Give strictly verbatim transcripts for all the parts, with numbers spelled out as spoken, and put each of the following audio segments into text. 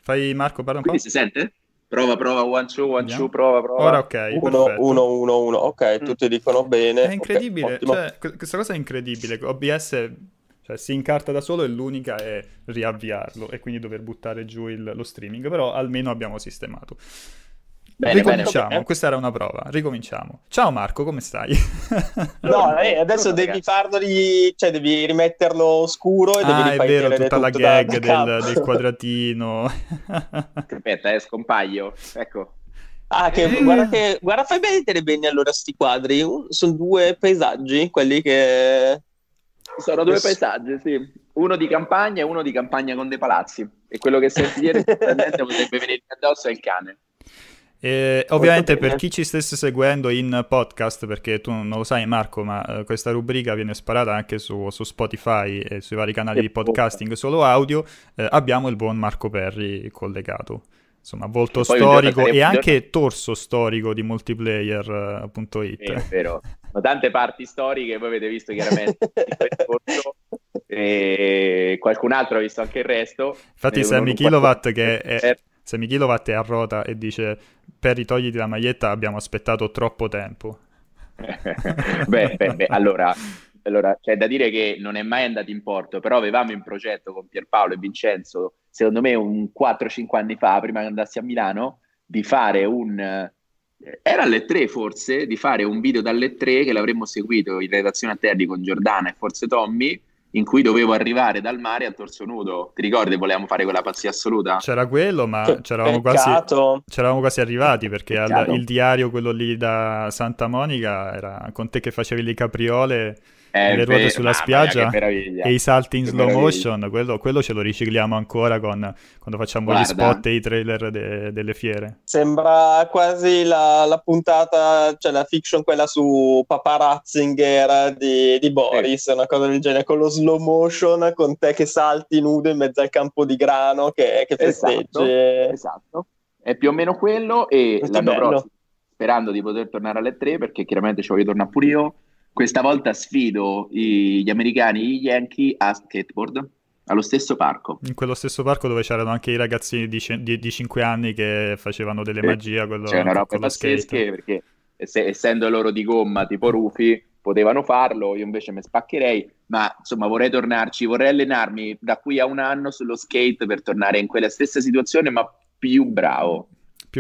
Fai Marco, parla un Quindi po'. si sente? Prova, prova, one, two, one, two, Vediamo. prova, Ora prova. ok, uno, perfetto. uno, uno, uno. Ok, Mm. tutti dicono È bene. Ok, incredibile, ottimo. cioè, que- questa cosa è incredibile. O B S, cioè, si incarta da solo e l'unica è riavviarlo e quindi dover buttare giù il- lo streaming, però almeno abbiamo sistemato. Bene, bene. Molto Ricominciamo, bene. questa era una prova, ricominciamo. Ciao Marco, come stai? No, Buongiorno, eh, adesso buongiorno, devi ragazzi. farlo di... cioè devi rimetterlo scuro e devi Ah, è vero, ripartire tutta la tutto da, gag da del, capo. del quadratino. Aspetta, eh, scompaio. Ecco. Ah, che guarda Eh, che guarda, fai vedere bene allora sti quadri. Un- sono due paesaggi, quelli che... Sono che due s- paesaggi, sì. Uno di campagna e uno di campagna con dei palazzi. E quello che senti dire probabilmente potrebbe venire addosso è il cane. E Molto ovviamente per bene. chi ci stesse seguendo in podcast, perché tu non lo sai Marco, ma eh, questa rubrica viene sparata anche su, su Spotify e sui vari canali Che di bomba. podcasting solo audio, eh, abbiamo il buon Marco Perri collegato. Insomma, volto Che poi un giorno storico saremo... e Un giorno... anche torso storico di multiplayer punto Vero, it. vero. Sono tante parti storiche, voi avete visto chiaramente il percorso e qualcun altro ha visto anche il resto. Infatti Eh, uno- Sammy un qualcuno Kilowatt che è, Sammy Kilowatt è a rota e dice Perri togliti la maglietta, abbiamo aspettato troppo tempo. Beh, beh, beh, allora, allora c'è da dire che non è mai andato in porto, però avevamo in progetto con Pierpaolo e Vincenzo, secondo me un quattro cinque anni fa, prima che andassi a Milano, di fare un... eh, era alle tre forse, di fare un video dalle tre che l'avremmo seguito in redazione a Terni con Giordana e forse Tommy, in cui dovevo arrivare dal mare a torso nudo. Ti ricordi? Volevamo fare quella pazzia assoluta? C'era quello, ma Che c'eravamo quasi, peccato. c'eravamo quasi arrivati perché al- il Peccato. diario, quello lì da Santa Monica, era con te che facevi le capriole e È le ruote vero, sulla mamma mia, che spiaggia e meraviglia, i salti in che slow meraviglia. motion, quello, quello ce lo ricicliamo ancora con, quando facciamo gli Guarda, spot e i trailer de- delle fiere. Sembra quasi la, la puntata, cioè la fiction quella su Papa Ratzinger di, di sì, Boris, una cosa del genere, con lo slow motion, con te che salti nudo in mezzo al campo di grano che, che festeggi. esatto, esatto. È più o meno quello e Che l'anno bello. prossimo, sperando di poter tornare alle tre, perché chiaramente ci voglio tornare pure io, questa volta sfido i- gli americani, gli Yankee a skateboard, allo stesso parco. In quello stesso parco dove c'erano anche i ragazzini di, ce- di, di cinque anni che facevano delle Sì. magie quello- C'erano co- robe con lo skate. pazzesche perché ess- essendo loro di gomma tipo Rufi potevano farlo, io invece mi spaccherei, ma insomma vorrei tornarci, vorrei allenarmi da qui a un anno sullo skate per tornare in quella stessa situazione ma più bravo. Più...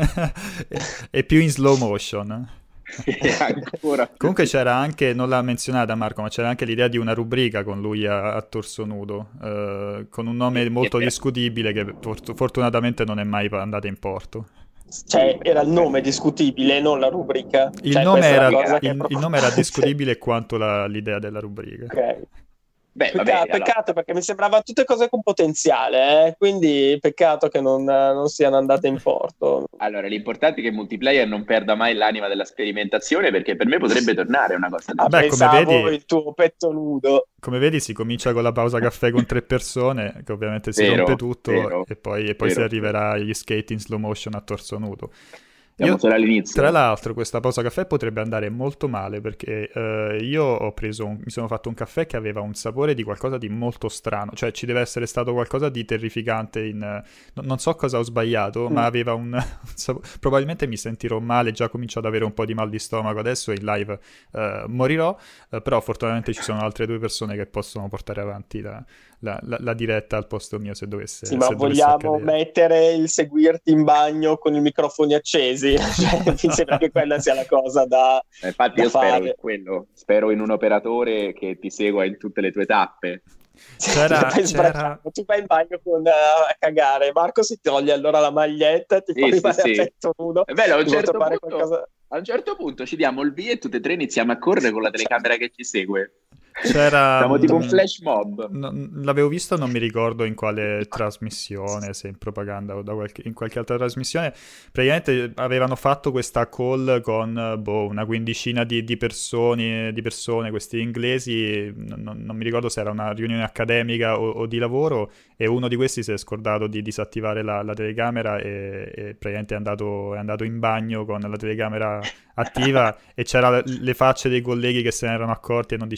e più in slow motion. E ancora più. Comunque c'era anche, non l'ha menzionata Marco, ma c'era anche l'idea di una rubrica con lui a, a torso nudo, eh, con un nome molto discutibile che fort- fortunatamente non è mai andata in porto. Cioè, era il nome discutibile, non la rubrica. Il Cioè, nome questa è era, la cosa che è il, il proprio... nome era discutibile quanto la- l'idea della rubrica. Ok. Beh, vabbè, Peccato, allora, peccato perché mi sembrava tutte cose con potenziale, eh? Quindi peccato che non, non siano andate in porto. allora, l'importante è che il multiplayer non perda mai l'anima della sperimentazione perché per me potrebbe tornare una cosa del Ah, Beh, genere. come pensavo vedi, il tuo petto nudo. come vedi si comincia con la pausa caffè con tre persone, che ovviamente si rompe Vero, tutto, vero, e poi, e poi si vero. arriverà agli skate in slow motion a torso nudo. Siamo Io, solo tra all'inizio. l'altro, questa pausa caffè potrebbe andare molto male perché eh, io ho preso un- mi sono fatto un caffè che aveva un sapore di qualcosa di molto strano, cioè ci deve essere stato qualcosa di terrificante in... eh, no- non so cosa ho sbagliato, ma Mm. aveva un, un sapo- probabilmente mi sentirò male, già comincio ad avere un po' di mal di stomaco adesso in live eh, morirò, eh, però fortunatamente ci sono altre due persone che possono portare avanti la, la- la- la diretta al posto mio se dovesse, Sì, ma se dovesse vogliamo accadere. mettere il seguirti in bagno con i microfoni accesi? Cioè, mi sembra che quella sia la cosa da, Eh, Infatti da io spero in fare. quello, spero in un operatore che ti segua in tutte le tue tappe. C'era, Fai c'era... sbracciato. Tu vai in bagno con, eh, a cagare, Marco si toglie allora la maglietta e ti fa Sì, sì, rimane sì. a petto nudo. È bello, a un, Ti vuoi certo trovare punto, qualcosa... a un certo punto ci diamo il via e tutte e tre iniziamo a correre con la telecamera che ci segue. C'era... Siamo tipo un mm, flash mob. no- l'avevo visto, non mi ricordo in quale trasmissione, se in propaganda o da qualche- in qualche altra trasmissione. Praticamente avevano fatto questa call con eh, boh, una quindicina di, di persone, di persone, questi inglesi, non, non- non mi ricordo se era una riunione accademica o, o di lavoro, e uno di questi si è scordato di disattivare la, la telecamera e, e praticamente è andato, è andato in bagno con la telecamera attiva e c'era le facce dei colleghi che se ne erano accorti e non dicevano niente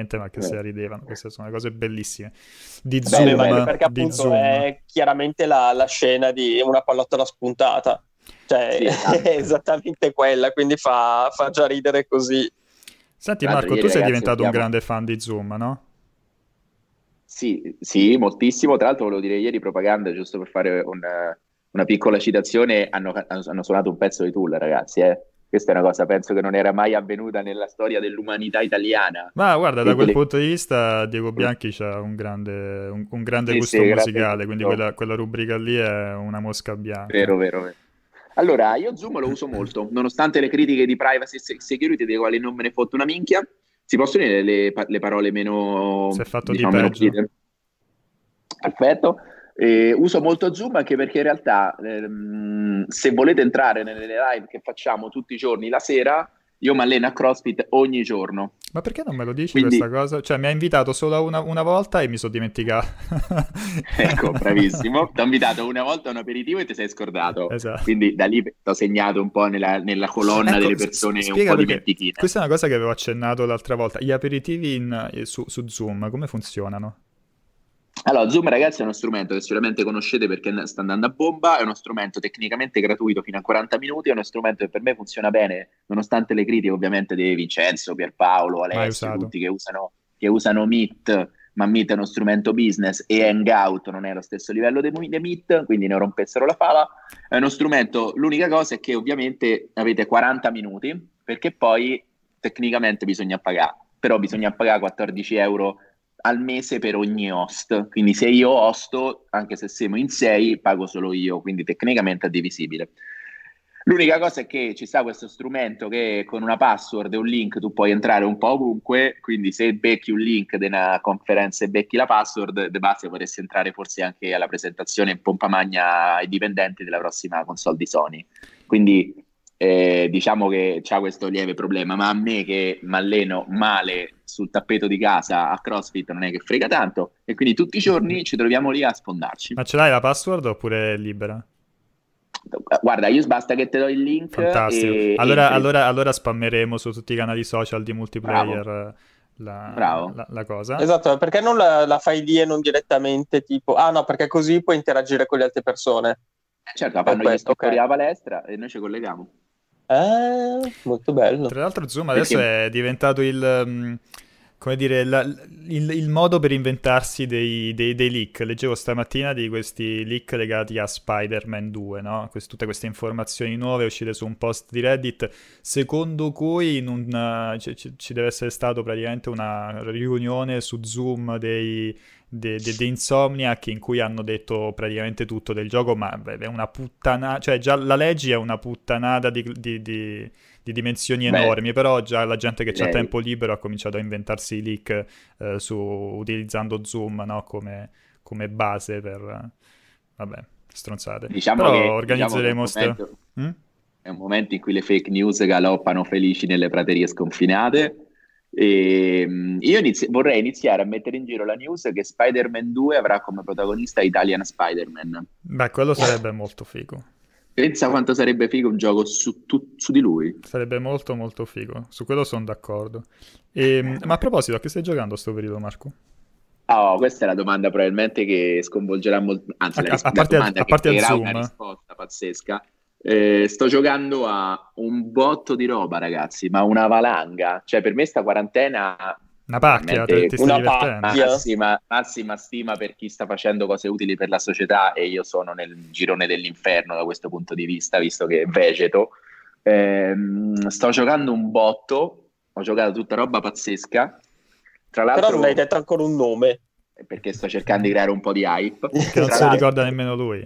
niente, ma che Eh. se la ridevano. Queste sono le cose bellissime di Beh, Zoom, beh, perché di appunto Zoom. è chiaramente la, la scena di una pallottola spuntata, cioè Sì, esatto. è esattamente quella, quindi fa, fa già ridere così. Senti Tra l'altro, Marco, tu ieri, sei ragazzi, diventato un abbiamo... grande fan di Zoom, no? Sì, sì, moltissimo. Tra l'altro volevo dire ieri propaganda, giusto per fare un, una piccola citazione, hanno, hanno suonato un pezzo di Tool, ragazzi, eh. Questa è una cosa, penso che non era mai avvenuta nella storia dell'umanità italiana. Ma guarda, da E quel delle... punto di vista Diego Bianchi c'ha un grande, un, un grande Sì, gusto sì, grande musicale, quindi gusto. quella, quella rubrica lì è una mosca bianca. Vero, vero, vero. Allora, io Zoom lo uso molto, nonostante le critiche di privacy e security, dei quali non me ne fotto una minchia. Si possono dire le, pa- le parole Si meno, è fatto di diciamo, meno peggio. pulite? Perfetto. Eh, uso molto Zoom anche perché in realtà ehm, se volete entrare nelle live che facciamo tutti i giorni la sera, io mi alleno a CrossFit ogni giorno. Ma perché non me lo dici Quindi, questa cosa? Cioè, mi ha invitato solo una, una volta e mi sono dimenticato. ecco, bravissimo. Ti ho invitato una volta a un aperitivo e ti sei scordato. Esatto. Quindi da lì ti ho segnato un po' nella, nella colonna Ecco, delle s- persone un spiega po' perché dimentichine. questa è una cosa che avevo accennato l'altra volta. Gli aperitivi in- eh, su, su Zoom, come funzionano? Allora, Zoom, ragazzi, è uno strumento che sicuramente conoscete perché sta andando a bomba, è uno strumento tecnicamente gratuito fino a quaranta minuti, è uno strumento che per me funziona bene, nonostante le critiche ovviamente di Vincenzo, Pierpaolo, Mai Alessio, usato. tutti che usano, che usano Meet, ma Meet è uno strumento business e Hangout non è allo stesso livello di Meet, quindi ne rompessero la fava. È uno strumento, l'unica cosa è che ovviamente avete quaranta minuti, perché poi tecnicamente bisogna pagare, però bisogna pagare quattordici euro al mese per ogni host, quindi se io hosto, anche se siamo in sei, pago solo io, quindi tecnicamente è divisibile. L'unica cosa è che ci sta questo strumento che con una password e un link tu puoi entrare un po' ovunque, quindi se becchi un link di una conferenza e becchi la password, de base potresti entrare forse anche alla presentazione in pompa magna ai dipendenti della prossima console di Sony. Quindi eh, diciamo che c'ha questo lieve problema, ma a me che mi alleno male sul tappeto di casa a CrossFit non è che frega tanto, e quindi tutti i giorni ci troviamo lì a sfondarci. Ma ce l'hai la password oppure è libera? Guarda, io basta che te do il link Fantastico. e Allora, entri. allora, allora spammeremo su tutti i canali social di multiplayer Bravo, eh, la, bravo. la- la cosa. Esatto, perché non la, la fai lì e non direttamente tipo... Ah no, perché così puoi interagire con le altre persone. Certo, È fanno gli questo, istruttori ok. alla palestra e noi ci colleghiamo. Eh, molto bello. Tra l'altro Zoom adesso Perché è diventato il, mm, come dire, la- il, il modo per inventarsi dei, dei- dei leak. Leggevo stamattina di questi leak legati a Spider-Man due, no? Quest- tutte queste informazioni nuove uscite su un post di Reddit, secondo cui in un, ci, ci- ci deve essere stato praticamente una riunione su Zoom dei, de, de- di Insomniac in cui hanno detto praticamente tutto del gioco, ma beh, è una puttanata, cioè già la leggi è una puttanata di, di- di- di dimensioni Beh, enormi, però già la gente che ha direi. tempo libero ha cominciato a inventarsi i leak eh, su, utilizzando Zoom, no? come, come base per... eh, vabbè, stronzate. Diciamo Però che, diciamo che è un organizzeremo ste... momento, Mm? è un momento in cui le fake news galoppano felici nelle praterie sconfinate. E, mh, io inizi- vorrei iniziare a mettere in giro la news che Spider-Man due avrà come protagonista Italian Spider-Man. Beh, quello sarebbe molto figo. Pensa quanto sarebbe figo un gioco su, tu- su di lui. Sarebbe molto molto figo. Su quello sono d'accordo. E, ma a proposito, a che stai giocando a sto periodo, Marco? Oh, questa è la domanda probabilmente che sconvolgerà molto, anzi A, la, a- ris- a la parte a, domanda a che parte a creerà una Zoom, risposta pazzesca. Eh, sto giocando a un botto di roba, ragazzi, ma una valanga. Cioè, per me sta quarantena una pacchia, te- veramente ti stai Una divertendo? pacchia. massima, massima stima per chi sta facendo cose utili per la società, e io sono nel girone dell'inferno da questo punto di vista, visto che vegeto. Ehm, sto giocando un botto, ho giocato tutta roba pazzesca. Tra Però l'altro, non hai detto ancora un nome. perché sto cercando di creare un po' di hype. Che non Tra se lo l'altro, ricorda nemmeno lui.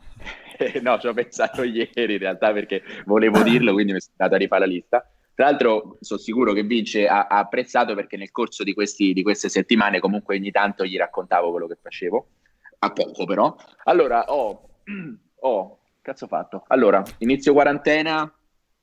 no, ci ho pensato ieri in realtà perché volevo dirlo, quindi mi sono andato a rifare la lista. Tra l'altro sono sicuro che Vince ha, ha apprezzato, perché nel corso di, questi, di queste settimane comunque ogni tanto gli raccontavo quello che facevo, a poco però. Allora, ho, ho cazzo ho fatto? Allora, inizio quarantena,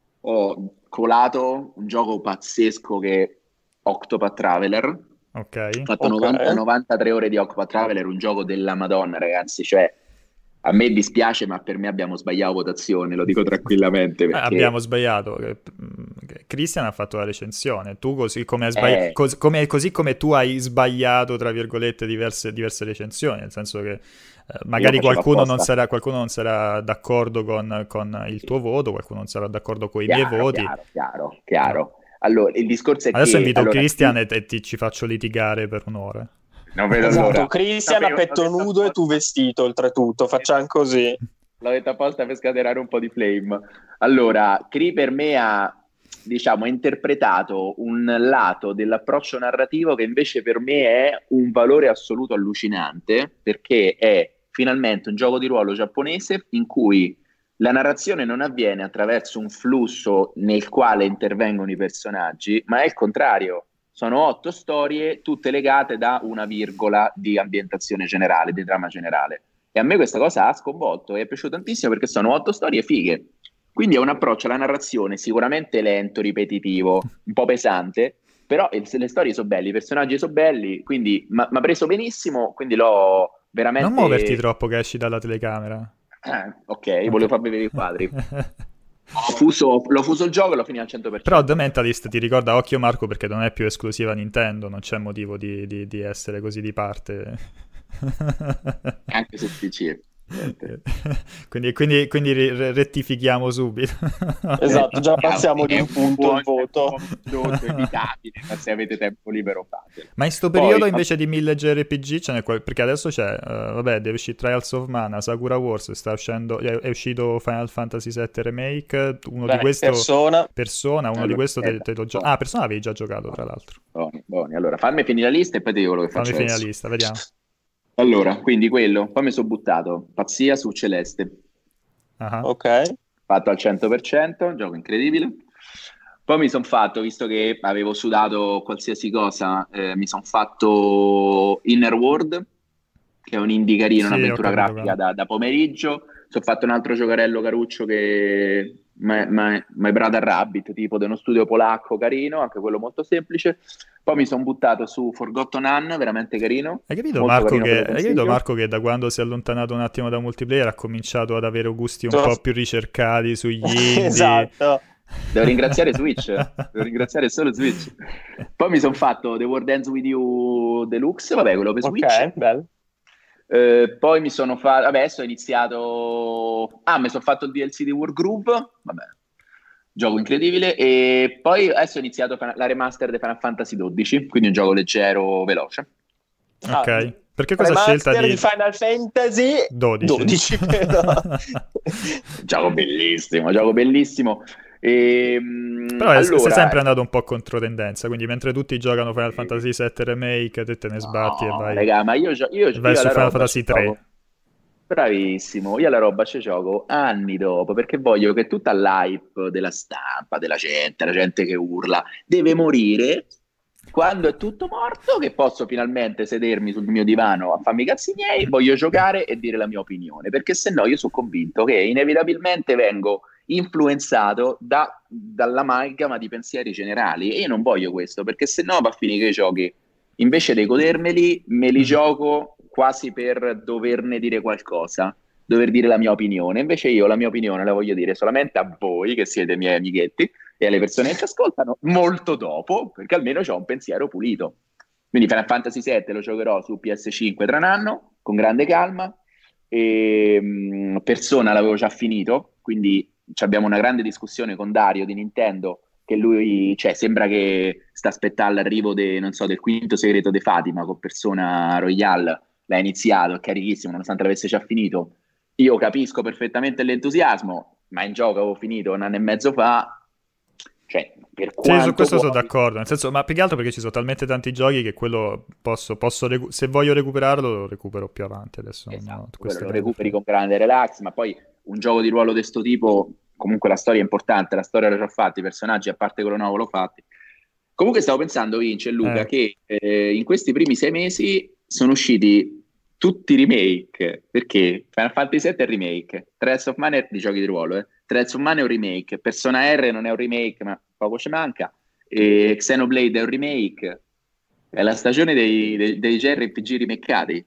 ho colato un gioco pazzesco che è Octopath Traveler. Ok. Ho fatto Ok. novanta novantatré ore di Octopath Traveler, un gioco della Madonna, ragazzi, cioè a me dispiace, ma per me abbiamo sbagliato votazione, lo dico tranquillamente, Eh, perché abbiamo sbagliato. che- mm, Christian ha fatto la recensione, tu così come hai sbagliato, Eh, cos- come, così come tu hai sbagliato, tra virgolette, diverse, diverse recensioni, nel senso che eh, io magari facevo qualcuno non apposta. sarà, qualcuno non sarà d'accordo con, con il tuo voto, qualcuno non sarà d'accordo con i miei Chiaro, voti, chiaro, chiaro, però chiaro. Allora, il discorso è adesso che, invito allora, Christian chi- e, e ti, ci faccio litigare per un'ora. non vedo Esatto, l'ora. Christian a Sapevo, l'ho petto detto nudo e tu apposta. vestito, oltretutto, facciamo così. L'ho detto apposta per scatenare un po' di flame. Allora, Cree per me ha, diciamo, interpretato un lato dell'approccio narrativo che invece per me è un valore assoluto allucinante, perché è finalmente un gioco di ruolo giapponese in cui la narrazione non avviene attraverso un flusso nel quale intervengono i personaggi, ma è il contrario. Sono otto storie, tutte legate da una virgola di ambientazione generale, di trama generale. E a me questa cosa ha sconvolto e è piaciuto tantissimo perché sono otto storie fighe. Quindi è un approccio alla narrazione sicuramente lento, ripetitivo, un po' pesante, però il- le storie sono belle, i personaggi sono belli, quindi mi ha preso benissimo, quindi l'ho Non muoverti veramente... troppo che esci dalla telecamera. Ah, ok, Ok. volevo far vedere i quadri. Ho fuso, l'ho fuso il gioco e l'ho finito al Però cento per cento. The Mentalist ti ricorda occhio Marco perché non è più esclusiva Nintendo, non c'è motivo di, di- di essere così di parte. Anche su P C. Niente. Quindi, quindi, quindi re- rettifichiamo subito. Esatto, già È un, passiamo di è un un punto buon, il è un voto. buon prodotto evitabile, ma se avete tempo libero fatelo. Ma in sto Poi, periodo invece di mille J R P G ce n'è qual- perché adesso c'è, eh, vabbè, deve uscire Trials of Mana, Sakura Wars, sta uscendo, è, è uscito Final Fantasy sette Remake, uno di Beh, questo persona, Persona, uno di allora, questo te, aspetta, te l'ho già... buoni, Ah, Persona l'avevi già giocato tra l'altro. buoni, buoni. Allora, fammi finire la lista e poi ti dico quello che Fammi faccio finire la adesso. lista, vediamo. Allora, quindi quello, poi mi sono buttato, pazzia su Celeste, Ah, ok. fatto al cento per cento, gioco incredibile. Poi mi sono fatto, visto che avevo sudato qualsiasi cosa, eh, mi sono fatto Inner World, che è un indie carino, sì, ho un'avventura capito grafica quale. da, da pomeriggio. Sono fatto un altro giocarello caruccio che My, My- My Brother Rabbit, tipo di uno studio polacco carino, anche quello molto semplice. Poi mi sono buttato su Forgotten Anne, veramente carino, Hai capito molto Marco carino, ve che, lo hai capito consiglio. Marco che da quando si è allontanato un attimo da multiplayer ha cominciato ad avere gusti un So- po' più ricercati sugli indie? Esatto. Devo ringraziare Switch, devo ringraziare solo Switch. Poi mi sono fatto The World Ends With You Deluxe, vabbè, quello per Switch. Ok, bello. Eh, poi mi sono fatto, vabbè, adesso ho iniziato, ah, mi sono fatto il D L C di Wargroove, vabbè, gioco incredibile, e poi adesso ho iniziato Fin- la remaster di Final Fantasy dodici, quindi un gioco leggero, veloce. Ah, Ok, perché cosa hai scelta remaster di di Final Fantasy dodici? dodici, però. Gioco bellissimo, gioco bellissimo. E, Però è- sei allora, sempre andato un po' controtendenza, quindi mentre tutti giocano Final Fantasy sette Remake, te te ne sbatti e no, vai, raga, ma io, gio- io, e vai io su alla Final roba ci Fantasy gioco. tre. Bravissimo, io alla roba ci gioco anni dopo perché voglio che tutta l'hype della stampa, della gente, la gente che urla, deve morire quando è tutto morto, che posso finalmente sedermi sul mio divano a farmi i cazzi miei, voglio giocare e dire la mia opinione, perché se no io sono convinto che inevitabilmente vengo influenzato da, dall'amalgama di pensieri generali e io non voglio questo, perché se no va a finire che i giochi, invece di godermeli, me li Mm. gioco quasi per doverne dire qualcosa, dover dire la mia opinione. Invece io la mia opinione la voglio dire solamente a voi, che siete miei amichetti, e alle persone che ci ascoltano, molto dopo, perché almeno ho un pensiero pulito. Quindi Final Fantasy sette lo giocherò su P S cinque tra un anno, con grande calma, e mh, Persona l'avevo già finito, quindi ci abbiamo una grande discussione con Dario di Nintendo, che lui, cioè, sembra che sta aspettando l'arrivo de, non so, del quinto segreto di Fatima con Persona Royale, l'ha iniziato, è carichissimo, nonostante l'avesse già finito. Io capisco perfettamente l'entusiasmo, ma in gioco avevo finito un anno e mezzo fa, cioè, per Sì, su quanto questo sono puoi... d'accordo, nel senso, ma più che altro perché ci sono talmente tanti giochi che quello posso, posso recu- se voglio recuperarlo lo recupero più avanti, adesso non ho Esatto, quello queste lo grandi recuperi fretta. con grande relax, ma poi un gioco di ruolo di questo tipo, comunque la storia è importante, la storia l'ho già fatta, i personaggi, a parte quello nuovo, l'ho fatti. Comunque stavo pensando, Vince e Luca, Eh, che eh, in questi primi sei mesi sono usciti tutti i remake, perché Final Fantasy sette è il remake, Trials of Mana è di giochi di ruolo, eh. Trials of Mana è un remake, Persona R non è un remake, ma poco ci manca, e Xenoblade è un remake, è la stagione dei, dei, dei J R P G remakeati.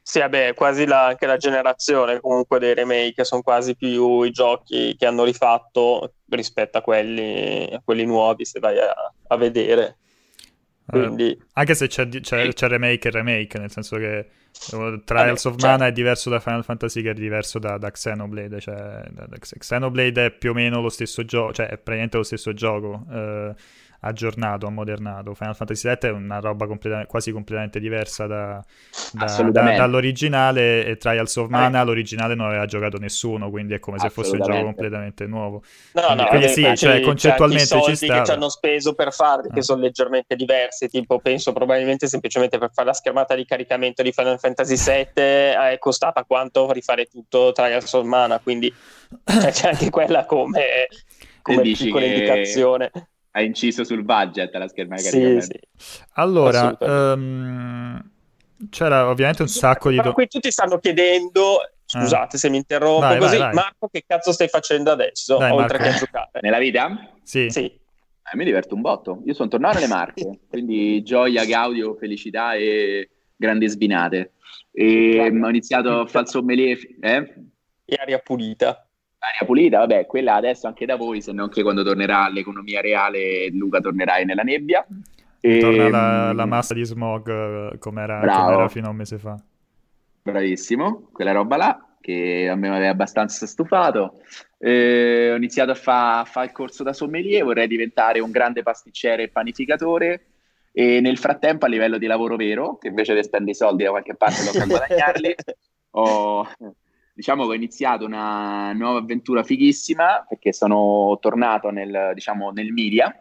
Sì, vabbè, quasi la, anche la generazione comunque dei remake, sono quasi più i giochi che hanno rifatto rispetto a quelli, a quelli nuovi, se vai a, a vedere. Quindi... Uh, anche se c'è, c'è, c'è remake e remake, nel senso che uh, Trials vabbè, of cioè... Mana è diverso da Final Fantasy, che è diverso da, da Xenoblade. Cioè, da, da, Xenoblade è più o meno lo stesso gioco, cioè è praticamente lo stesso gioco. Uh, aggiornato, ammodernato. Final Fantasy sette è una roba completa- quasi completamente diversa da, da, da, dall'originale, e Trials of Mana l'originale non aveva giocato nessuno, quindi è come se fosse un gioco completamente nuovo. No, quindi, no, quindi vabbè, sì, cioè, concettualmente i soldi ci stava. che ci hanno speso per farli, ah. che sono leggermente diversi, tipo penso probabilmente semplicemente per fare la schermata di caricamento di Final Fantasy sette è costata quanto rifare tutto Trials of Mana, quindi c'è anche quella come, come piccola che... indicazione. Ha inciso sul budget la scherma di sì, caricamento. Sì. Allora, um, c'era ovviamente un sacco di... Però qui tutti stanno chiedendo, scusate eh. se mi interrompo vai, così, vai, vai. Marco, che cazzo stai facendo adesso, Dai, oltre Marco. Che a giocare? Nella vita? Sì. sì. Eh, mi diverto un botto. Io sono tornato alle Marche, quindi gioia, gaudio, felicità e grandi svinate. E ho iniziato a fare il sommelier... Eh? E aria pulita. Aria pulita, vabbè, quella adesso anche da voi, se no anche quando tornerà l'economia reale, Luca, tornerai nella nebbia. E... torna la, la massa di smog come era fino a un mese fa. Bravissimo, quella roba là, che a me mi aveva abbastanza stufato. Eh, ho iniziato a fare fa il corso da sommelier, vorrei diventare un grande pasticcere e panificatore, e nel frattempo a livello di lavoro vero, che invece di spendere i soldi da qualche parte tocca guadagnarli, ho... diciamo che ho iniziato una nuova avventura fighissima, perché sono tornato nel, diciamo, nel media,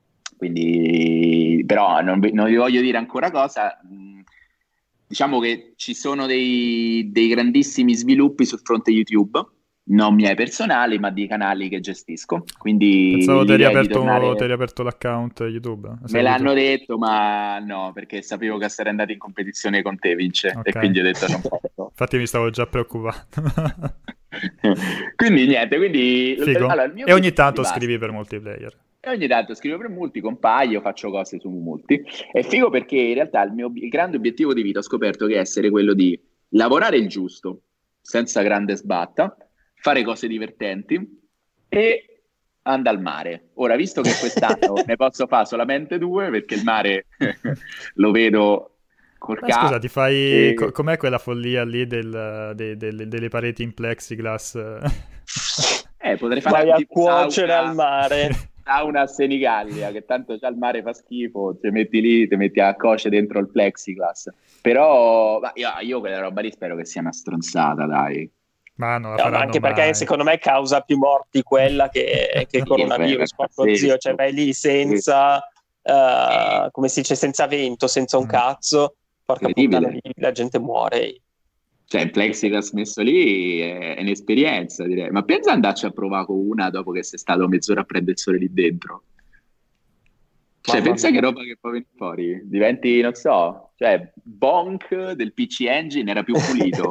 quindi però non vi, non vi voglio dire ancora cosa. Diciamo che ci sono dei, dei grandissimi sviluppi sul fronte YouTube, non miei personali, ma di canali che gestisco. Quindi pensavo ti hai riaperto, tornare... riaperto l'account YouTube. Me l'hanno detto, ma no, perché sapevo che sarei andato in competizione con te, Vince, okay. E quindi ho detto non posso. Infatti mi stavo già preoccupando. Quindi niente, quindi... Allora, il mio e ogni tanto scrivi per multiplayer. E ogni tanto scrivo per multi, compaio, faccio cose su multi. È figo perché in realtà il mio il grande obiettivo di vita ho scoperto che essere quello di lavorare il giusto, senza grande sbatta, fare cose divertenti e andare al mare. Ora, visto che quest'anno ne posso fare solamente due, perché il mare lo vedo col cazzo. Scusa, ti fai... E... Co- com'è quella follia lì del, de, de, de, delle pareti in plexiglass? Eh, potrei fare... Vai a cuocere sauna, al mare. Sauna a Senigallia, che tanto già il mare fa schifo, ti metti lì, ti metti a cuocere dentro il plexiglass. Però ma io, io quella roba lì spero che sia una stronzata, dai. Ma non la no, ma anche mai. Perché secondo me causa più morti quella che, che il coronavirus, porco zio, cioè vai lì senza uh, come si dice, senza vento, senza un mm. cazzo, porca puttana, la gente muore. Cioè il plexiglass messo lì è, è un'esperienza, direi. Ma pensa andarci a provare con una dopo che sei stato mezz'ora a prendere il sole lì dentro. Cioè Mamma pensa mia. Che roba che poi viene fuori, diventi, non so, cioè bonk del P C Engine era più pulito.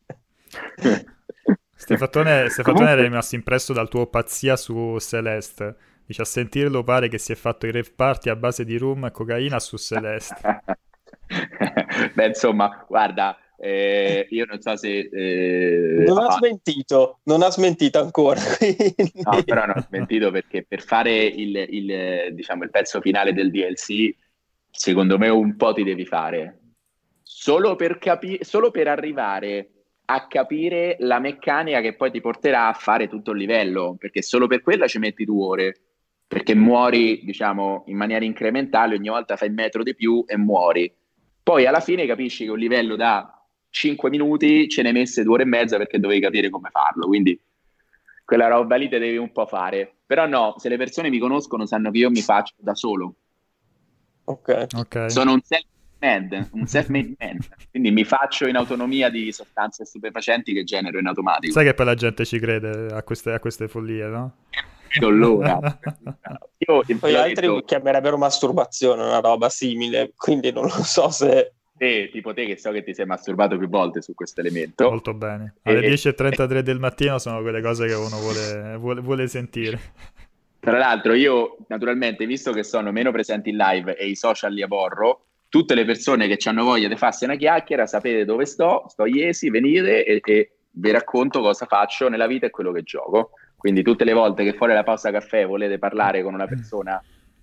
Stefatone, Stefatone era rimasto impresso dal tuo pazzia su Celeste. Dice, a sentirlo pare che si è fatto i rave party a base di rum e cocaina su Celeste. Beh, insomma, guarda, eh, io non so se... Eh, non ha smentito, non ha smentito ancora. No, però non ha smentito perché per fare il, il, diciamo, il pezzo finale del D L C, secondo me un po' ti devi fare. Solo per, capi- solo per arrivare... a capire la meccanica che poi ti porterà a fare tutto il livello, perché solo per quella ci metti due ore, perché muori, diciamo, in maniera incrementale, ogni volta fai il metro di più e muori. Poi alla fine capisci che un livello da cinque minuti ce ne hai messe due ore e mezza perché dovevi capire come farlo, quindi quella roba lì te devi un po' fare. Però no, se le persone mi conoscono sanno che io mi faccio da solo. Ok. okay. Sono un self Man, un self-made man, quindi mi faccio in autonomia di sostanze stupefacenti che genero in automatico. Sai che poi la gente ci crede a queste, a queste follie, no? L'ora. Io poi altri detto... chiamerebbero masturbazione una roba simile, quindi non lo so se te, tipo te che so che ti sei masturbato più volte su questo elemento. Molto bene. Alle e... dieci e trentatré del mattino sono quelle cose che uno vuole, vuole, vuole sentire. Tra l'altro io naturalmente, visto che sono meno presente in live e i social li aborro, tutte le persone che hanno voglia di farsi una chiacchiera, sapete dove sto, sto Iesi, venite e, e vi racconto cosa faccio nella vita e quello che gioco. Quindi tutte le volte che fuori la pausa caffè volete parlare con una persona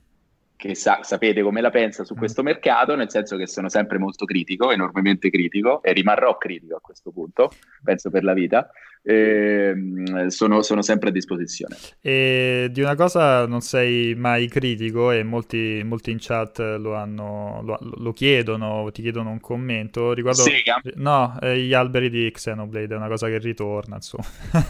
che sa, sapete come la pensa su questo mercato, nel senso che sono sempre molto critico, enormemente critico, e rimarrò critico a questo punto, penso per la vita, eh, sono, sono sempre a disposizione. E di una cosa non sei mai critico, e molti, molti in chat lo, hanno, lo, lo chiedono, ti chiedono un commento riguardo... Sega? No, eh, gli alberi di Xenoblade è una cosa che ritorna, insomma.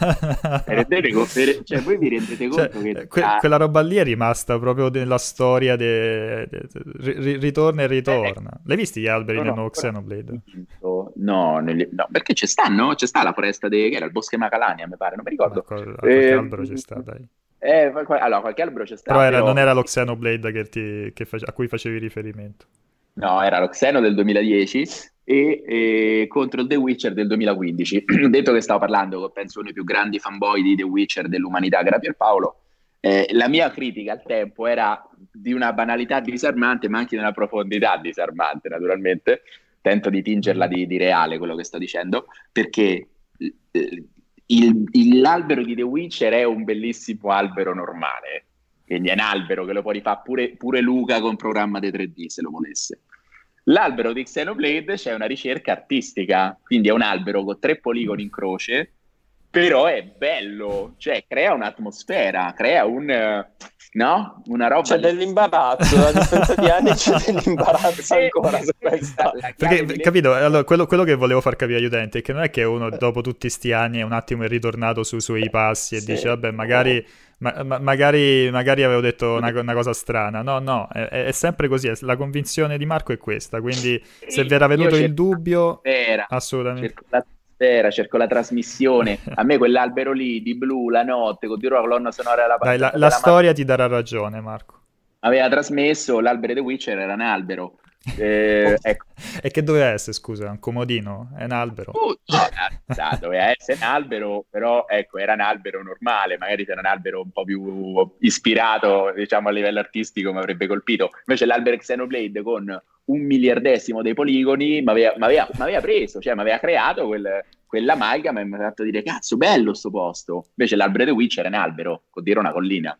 Rendete co- per- cioè, voi vi rendete conto Cioè, che... que- ah, quella roba lì è rimasta proprio nella storia de- de- de- ri- ritorna e ritorna. L'hai visti gli alberi no, nel no, nuovo ancora Xenoblade? vinto. No, nel- no, perché c'è stanno? C'è sta la foresta di... che era il bosco Macalania, mi pare, non mi ricordo. Ma qual- qualche Eh, albero c'è sta, dai. eh, qual- allora, qualche albero c'è sta, Però era- però... non era lo Xenoblade che ti- che face- a cui facevi riferimento. No, era lo Xeno del duemiladieci e, e contro il The Witcher del duemilaquindici. Detto che stavo parlando, penso, uno dei più grandi fanboy di The Witcher dell'umanità, che era Pierpaolo, eh, la mia critica al tempo era di una banalità disarmante, ma anche di una profondità disarmante, naturalmente. Tento di tingerla di, di reale, quello che sto dicendo, perché eh, il- il- l'albero di The Witcher è un bellissimo albero normale, quindi è un albero che lo può rifare pure, pure Luca con programma dei tre D se lo volesse. L'albero di Xenoblade c'è una ricerca artistica, quindi è un albero con tre poligoni in croce, però è bello, cioè crea un'atmosfera, crea un, eh, no? Una roba... C'è dell'imbarazzo, a differenza di anni c'è dell'imbarazzo ancora su questa. Perché, capito, allora, quello, quello che volevo far capire agli utenti è che non è che uno dopo tutti sti anni è un attimo è ritornato sui suoi passi e Sì. dice vabbè magari, ma- ma- magari, magari avevo detto una, una cosa strana. No, no, è, è sempre così, è- la convinzione di Marco è questa, quindi se vi era venuto il dubbio, Era, assolutamente. cerco l'atmosfera, cerco la trasmissione. A me quell'albero lì di blu, la notte, con la colonna sonora della Dai, la, della la storia ti darà ragione, Marco. aveva trasmesso l'albero di The Witcher, era un albero. Eh, ecco. E che doveva essere, scusa, un comodino? È un albero? Uh, cioè, doveva essere un albero, però ecco, era un albero normale, magari se era un albero un po' più ispirato, diciamo, a livello artistico, mi avrebbe colpito. Invece l'albero Xenoblade con un miliardesimo dei poligoni mi aveva, m'aveva, m'aveva preso, cioè mi aveva creato quel, quell'amalgama e mi ha fatto dire cazzo, bello sto posto. Invece l'albero di Witch era un albero, vuol dire una collina.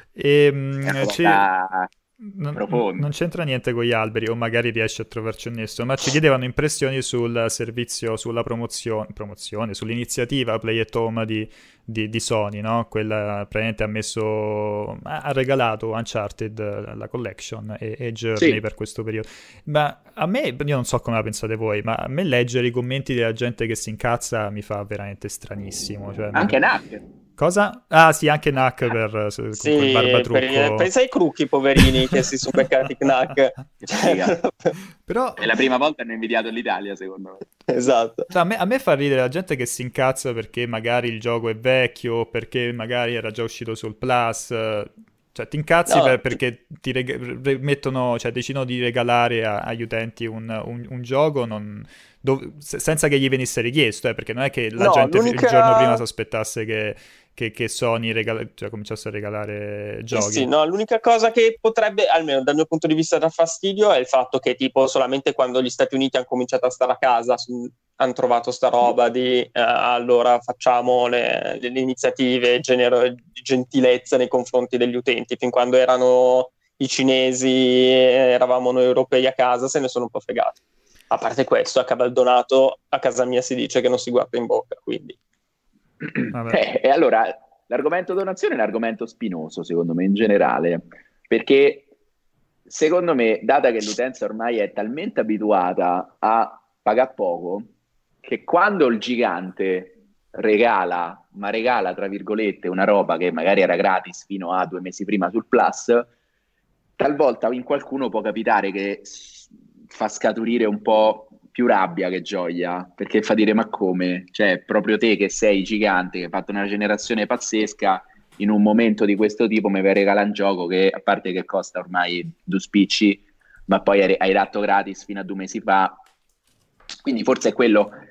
E, mm, È una ci- cosa non, profonda. non c'entra niente con gli alberi, o magari riesci a trovarci un nesso, ma ci chiedevano impressioni sul servizio, sulla promozione, promozione sull'iniziativa Play at Home di, di, di Sony, no? Quella praticamente ha messo, ha ha regalato Uncharted, la collection, e, e Journey Sì. per questo periodo. Ma a me, io non so come la pensate voi, ma a me leggere i commenti della gente che si incazza mi fa veramente stranissimo. Cioè, Anche non- Nack. Cosa? Ah sì, anche Knack per, se- con Sì, quel barbatrucco. per- pensa ai crucchi poverini che si sono beccati Knack. Figa. Però È la prima volta che hanno invidiato l'Italia, secondo me. Esatto. cioè, a me, a me fa ridere la gente che si incazza perché magari il gioco è vecchio, perché magari era già uscito sul Plus. eh, Cioè, ti incazzi No, per- perché ti reg- re- mettono, cioè, decidono di regalare a- agli utenti un, un- un gioco non- dov- se- senza che gli venisse richiesto, eh, perché non è che la No, gente il l'unica- giorno prima si aspettasse che, che- che Sony regala- cioè, cominciasse a regalare Sì, giochi. sì, no, l'unica cosa che potrebbe, almeno dal mio punto di vista, dar fastidio è il fatto che tipo solamente quando gli Stati Uniti hanno cominciato a stare a casa su- hanno trovato sta roba di eh, allora facciamo le, le iniziative genero- di gentilezza nei confronti degli utenti, fin quando erano i cinesi, eh, eravamo noi europei a casa, se ne sono un po' fregati. A parte questo, a Cavaldonato a casa mia si dice che non si guarda in bocca, quindi Vabbè. Eh, e allora, l'argomento donazione è un argomento spinoso, secondo me, in generale, perché secondo me, data che l'utenza ormai è talmente abituata a pagare poco, che quando il gigante regala, ma regala tra virgolette una roba che magari era gratis fino a due mesi prima sul Plus, talvolta in qualcuno può capitare che s- fa scaturire un po' più rabbia che gioia, perché fa dire ma come? Cioè, proprio te che sei gigante, che hai fatto una generazione pazzesca, in un momento di questo tipo mi vai a regalare un gioco che, a parte che costa ormai due spicci, ma poi hai, hai dato gratis fino a due mesi fa. Quindi forse è quello,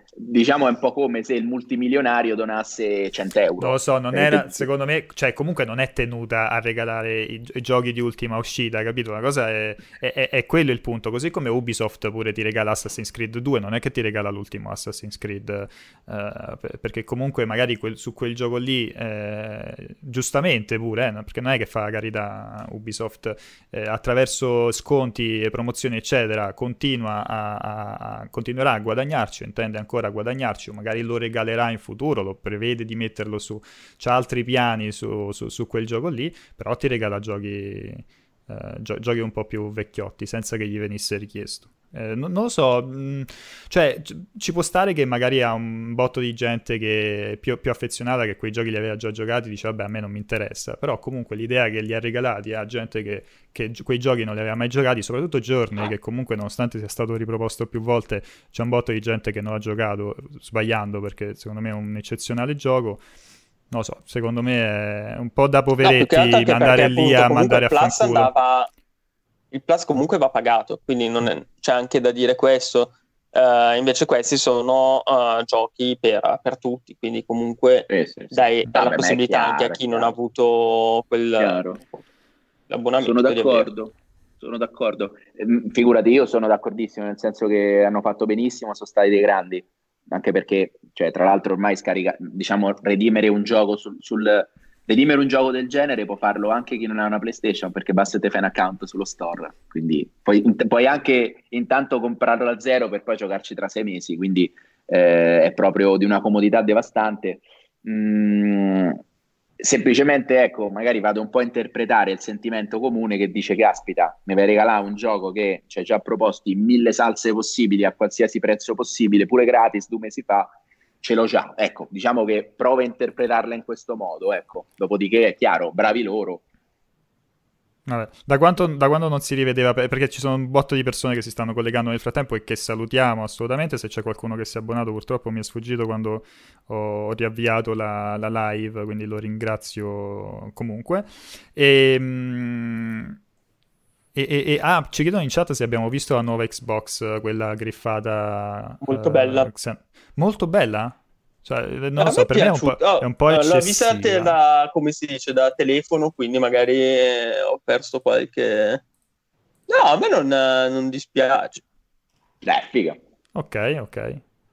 diciamo è un po' come se il multimilionario donasse cento euro. Non lo so, non era, secondo me, cioè comunque non è tenuta a regalare i, i giochi di ultima uscita, capito? La cosa è, è, è quello il punto, così come Ubisoft pure ti regala Assassin's Creed due, non è che ti regala l'ultimo Assassin's Creed, eh, perché comunque magari quel, su quel gioco lì, eh, giustamente pure, eh, perché non è che fa la carità Ubisoft, eh, attraverso sconti e promozioni eccetera, continua a, a, a, continuerà a guadagnarci, intende ancora guadagnarci, o magari lo regalerà in futuro, lo prevede di metterlo su, c'ha altri piani su, su, su quel gioco lì, però ti regala giochi, eh, gio- giochi un po' più vecchiotti senza che gli venisse richiesto. Eh, non, non lo so, mh, cioè c- ci può stare che magari ha un botto di gente che è più, più affezionata, che quei giochi li aveva già giocati, dice vabbè a me non mi interessa, però comunque l'idea che li ha regalati a gente che, che gi- quei giochi non li aveva mai giocati, soprattutto Journey, che comunque nonostante sia stato riproposto più volte c'è un botto di gente che non l'ha giocato, sbagliando, perché secondo me è un eccezionale gioco. Non lo so, secondo me è un po' da poveretti no, mandare perché, lì appunto, a mandare a Plus fanculo. Andava... Il Plus comunque va pagato, quindi non è... c'è anche da dire questo. Uh, invece questi sono uh, giochi per, per tutti, quindi comunque eh, sì, sì. dai, dai Vabbè, la possibilità chiaro, anche a chi non chiaro. ha avuto quel, l'abbonamento. Sono d'accordo, sono d'accordo. Figurati, io sono d'accordissimo, nel senso che hanno fatto benissimo, sono stati dei grandi, anche perché, cioè, tra l'altro ormai scarica, diciamo, redimere un gioco sul, sul redimere un gioco del genere può farlo anche chi non ha una PlayStation, perché basta che te fai un account sullo store, quindi puoi, puoi anche intanto comprarlo da zero per poi giocarci tra sei mesi, quindi eh, è proprio di una comodità devastante. Mm, semplicemente, ecco, magari vado un po' a interpretare il sentimento comune che dice caspita, mi vai a regalare un gioco che c'è già proposti in mille salse possibili a qualsiasi prezzo possibile, pure gratis due mesi fa, ce l'ho già, ecco, diciamo che prova a interpretarla in questo modo, ecco, dopodiché è chiaro, bravi loro. Vabbè. Da, quanto, da quando non si rivedeva, perché ci sono un botto di persone che si stanno collegando nel frattempo e che salutiamo assolutamente, se c'è qualcuno che si è abbonato, purtroppo mi è sfuggito quando ho riavviato la, la live, quindi lo ringrazio comunque. E... Mh, E, e, e ah, ci chiedono in chat se abbiamo visto la nuova Xbox, quella griffata. Molto uh, bella. Xen- molto bella? Cioè, non A lo so, me per me è un po', piaciuto. è un po' Oh, l'ho eccessiva. vista te- da, come si dice, da telefono, quindi magari eh, ho perso qualche... No, a me non, non dispiace. Dai, è figa. Ok, ok.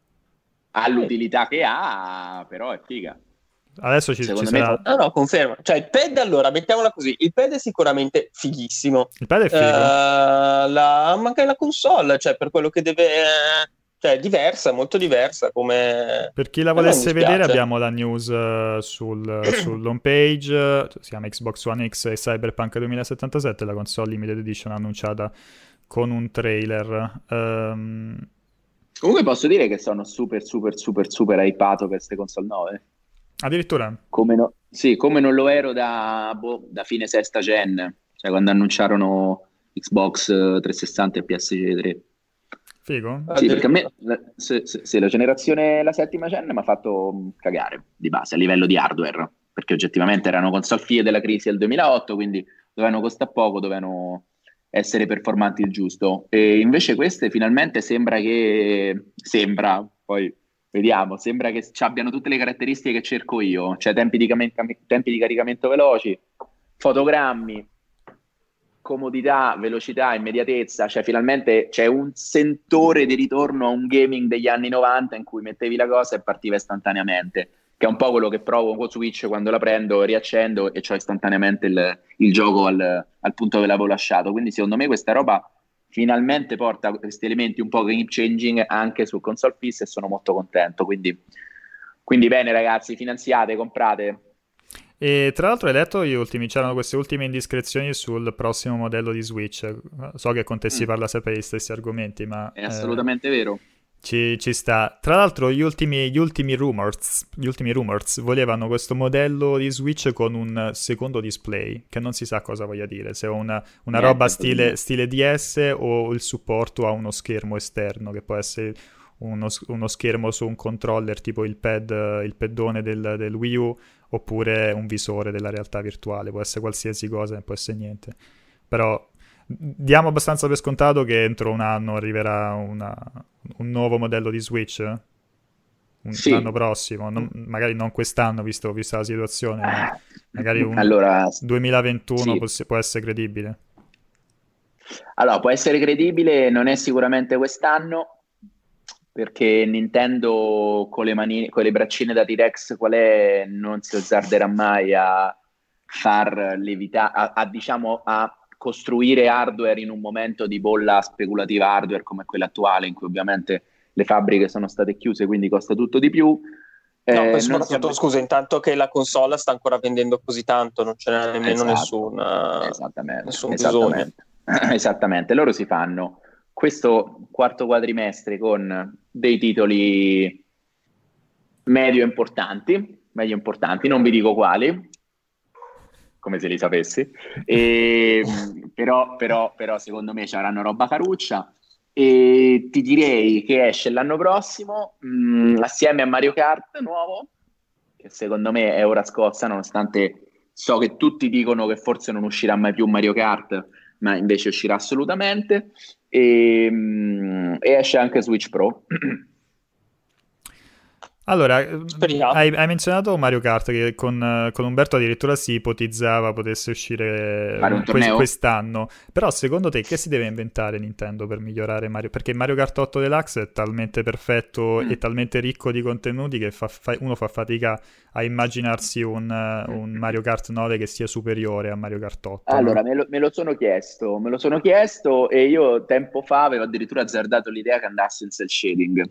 Ha l'utilità che ha, però è figa. Adesso ci, Secondo ci me sarà... No, no, conferma. Cioè, il pad, allora, mettiamola così, il pad è sicuramente fighissimo. Il pad è figo. Uh, la... Manca la console, cioè, per quello che deve... Cioè, è diversa, molto diversa, come... Per chi la volesse vedere abbiamo la news uh, sul, sull'home page, si chiama Xbox One X e Cyberpunk duemilasettantasette, la console limited edition annunciata con un trailer. Um... Comunque posso dire che sono super, super, super, super hypato per queste console nuove. Addirittura? Come no, sì, come non lo ero da, boh, da fine sesta gen, cioè quando annunciarono Xbox trecentosessanta e P S tre. Figo? Sì, perché a me la, se, se, se la generazione, la settima gen mi ha fatto cagare di base a livello di hardware, perché oggettivamente erano console figlie della crisi del duemilaotto, quindi dovevano costare poco, dovevano essere performanti il giusto. E invece queste finalmente sembra che, sembra, poi vediamo, sembra che abbiano tutte le caratteristiche che cerco io, cioè tempi di, cam- tempi di caricamento veloci, fotogrammi, comodità, velocità, immediatezza, cioè finalmente c'è un sentore di ritorno a un gaming degli anni novanta in cui mettevi la cosa e partiva istantaneamente, che è un po' quello che provo con Switch quando la prendo, riaccendo e c'ho istantaneamente il, il gioco al, al punto che l'avevo lasciato. Quindi secondo me questa roba finalmente porta questi elementi un po' game changing anche su console fisse e sono molto contento, quindi, quindi bene ragazzi, finanziate, comprate. E tra l'altro hai letto gli ultimi, c'erano queste ultime indiscrezioni sul prossimo modello di Switch, so che con te si parla sempre degli stessi argomenti, ma è assolutamente eh, vero. Ci, ci sta. Tra l'altro gli ultimi, gli ultimi rumors gli ultimi rumors volevano questo modello di Switch con un secondo display, che non si sa cosa voglia dire, se è una, una Niente, roba stile, stile D S o il supporto a uno schermo esterno, che può essere uno, uno schermo su un controller tipo il pad, il paddone del, del Wii U, oppure un visore della realtà virtuale, può essere qualsiasi cosa, non può essere niente. Però diamo abbastanza per scontato che entro un anno arriverà una, un nuovo modello di Switch? un, Sì. l'anno prossimo, non, magari non quest'anno visto, vista la situazione, ma magari un Allora, duemilaventuno sì. poss- può essere credibile. Allora, può essere credibile, non è sicuramente quest'anno, perché Nintendo con le mani- con le braccine da T-Rex qual è, non si azzarderà mai a far levitare, a, a, diciamo, a costruire hardware in un momento di bolla speculativa hardware come quella attuale, in cui ovviamente le fabbriche sono state chiuse, quindi costa tutto di più. No, poi Eh, non si soprattutto, avve- scusa, intanto che la console sta ancora vendendo così tanto, non ce n'è nemmeno Esatto, nessun, eh, esattamente, nessun bisogno. esattamente, esattamente. Loro si fanno questo quarto quadrimestre con dei titoli medio importanti, medio importanti, non vi dico quali, come se li sapessi, e, però, però, però secondo me ci avranno roba caruccia e ti direi che esce l'anno prossimo mh, assieme a Mario Kart nuovo, che secondo me è ora scossa, nonostante so che tutti dicono che forse non uscirà mai più Mario Kart, ma invece uscirà assolutamente, e, mh, e esce anche Switch Pro. Allora, ehm, Speriamo. hai, hai menzionato Mario Kart che con, eh, con Umberto addirittura si ipotizzava potesse uscire Fare un que- torneo? quest'anno, però secondo te che si deve inventare Nintendo per migliorare Mario? Perché Mario Kart otto Deluxe è talmente perfetto Mm. e talmente ricco di contenuti che fa- fa- uno fa fatica a immaginarsi un, eh, un Mario Kart nove che sia superiore a Mario Kart otto, Allora, no? me lo, me lo sono chiesto, me lo sono chiesto e io tempo fa avevo addirittura azzardato l'idea che andasse in cell shading.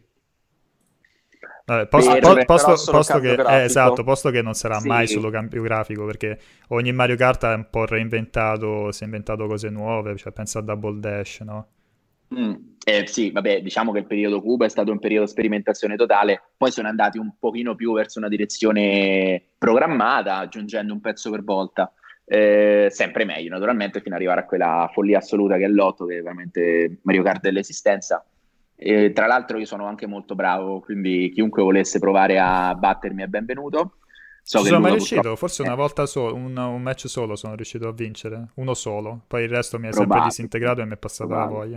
Vabbè, posto, Per, po- Potrebbe però posto- solo posto cambio che, eh, esatto, grafico. posto che non sarà mai sì, solo cambio grafico, perché ogni Mario Kart è un po' reinventato, si è inventato cose nuove, cioè pensa a Double Dash, no? mm, eh, sì, vabbè, diciamo che il periodo Cuba è stato un periodo di sperimentazione totale, poi sono andati un pochino più verso una direzione programmata, aggiungendo un pezzo per volta. Eh, sempre meglio, naturalmente, fino ad arrivare a quella follia assoluta che è l'otto, che è veramente Mario Kart dell'esistenza. E, tra l'altro io sono anche molto bravo, quindi chiunque volesse provare a battermi è benvenuto. So Ci che sono mai Luca riuscito? purtroppo Forse una è volta solo, un, un match solo sono riuscito a vincere, uno solo, poi il resto mi è sempre probabile, disintegrato e mi è passata la probabile. voglia.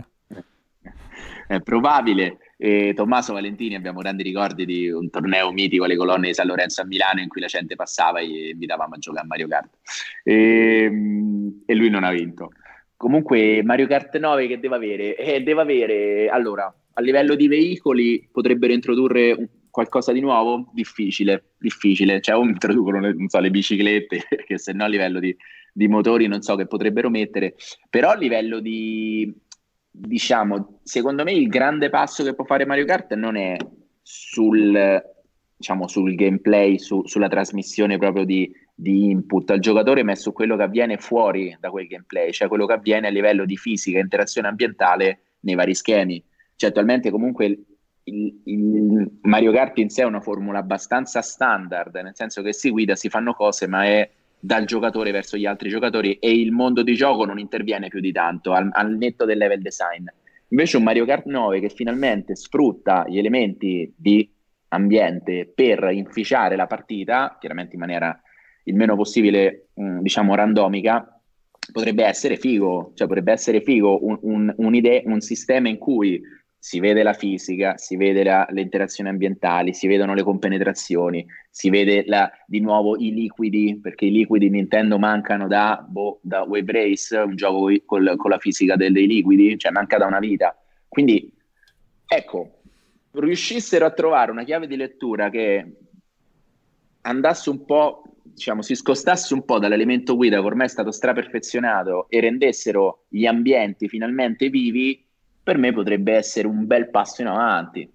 È probabile. E Tommaso Valentini abbiamo grandi ricordi di un torneo mitico alle colonne di San Lorenzo a Milano in cui la gente passava e invitavamo a giocare a Mario Kart. E, e lui non ha vinto. Comunque Mario Kart nove che deve avere? Eh, deve avere, allora, a livello di veicoli potrebbero introdurre un- qualcosa di nuovo? Difficile, difficile. Cioè o introducono le, non so, le biciclette, che se no a livello di, di motori non so che potrebbero mettere, però a livello di, diciamo, secondo me il grande passo che può fare Mario Kart non è sul, diciamo, sul gameplay, su- sulla trasmissione proprio di, di input al giocatore, ma è su quello che avviene fuori da quel gameplay, cioè quello che avviene a livello di fisica e interazione ambientale nei vari schemi. Cioè attualmente comunque il, il- il Mario Kart in sé è una formula abbastanza standard, nel senso che si guida, si fanno cose, ma è dal giocatore verso gli altri giocatori e il mondo di gioco non interviene più di tanto al, al netto del level design. Invece un Mario Kart nove che finalmente sfrutta gli elementi di ambiente per inficiare la partita, chiaramente in maniera il meno possibile, mh, diciamo, randomica, potrebbe essere figo, cioè potrebbe essere figo un, un, un'idea, un sistema in cui si vede la fisica, si vede la, le interazioni ambientali, si vedono le compenetrazioni, si vede la, di nuovo i liquidi, perché i liquidi Nintendo mancano da, boh, da Wave Race, un gioco col, con la fisica dei, dei liquidi, cioè manca da una vita. Quindi, ecco, riuscissero a trovare una chiave di lettura che andasse un po', diciamo, si scostasse un po' dall'elemento guida che ormai è stato straperfezionato e rendessero gli ambienti finalmente vivi, per me potrebbe essere un bel passo in avanti.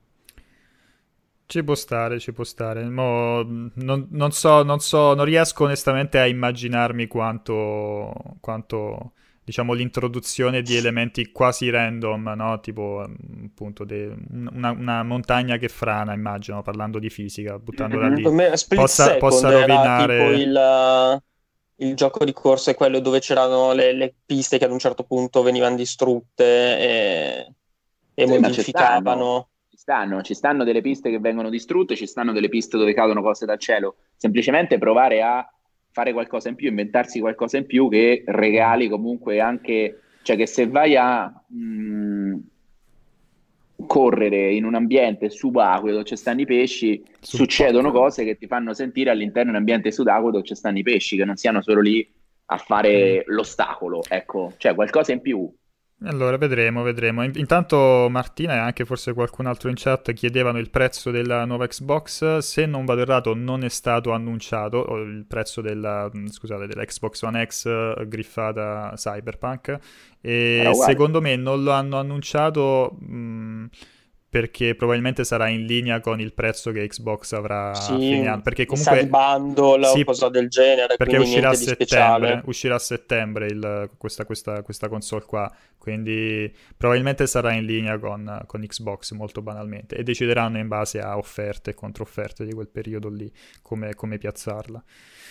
Ci può stare, ci può stare. Mo, mh, non, non so, non so, non riesco onestamente a immaginarmi quanto, quanto, diciamo, l'introduzione di elementi quasi random, no? Tipo, mh, appunto, de- un- una, una montagna che frana, immagino, parlando di fisica, buttandola Mhm. lì, Per me Split possa, Second possa era tipo rovinare. il, il gioco di corsa, è quello dove c'erano le, le piste che ad un certo punto venivano distrutte e, e Sì, ma ci stanno, modificavano. ci stanno, ci stanno delle piste che vengono distrutte, ci stanno delle piste dove cadono cose dal cielo. Semplicemente provare a fare qualcosa in più, inventarsi qualcosa in più che Mm. regali comunque anche, cioè che se vai a, mh, correre in un ambiente subacqueo dove ci stanno i pesci, Subacqueo. succedono cose che ti fanno sentire all'interno di un ambiente subacqueo dove ci stanno i pesci, che non siano solo lì a fare l'ostacolo, ecco, cioè qualcosa in più. Allora, vedremo, vedremo. In- Intanto Martina e anche forse qualcun altro in chat chiedevano il prezzo della nuova Xbox. Se non vado errato, non è stato annunciato o il prezzo della, mh, scusate, della Xbox One X eh, griffata Cyberpunk. E Era uguale. secondo me non lo hanno annunciato mh, perché probabilmente sarà in linea con il prezzo che Xbox avrà a Sì, fine anno. Perché mi sa di comunque bundle o sì, cosa del genere, perché quindi uscirà a niente di settembre, speciale. uscirà a settembre il- questa, questa- questa console qua, quindi probabilmente sarà in linea con, con Xbox molto banalmente e decideranno in base a offerte e controfferte di quel periodo lì come, come piazzarla.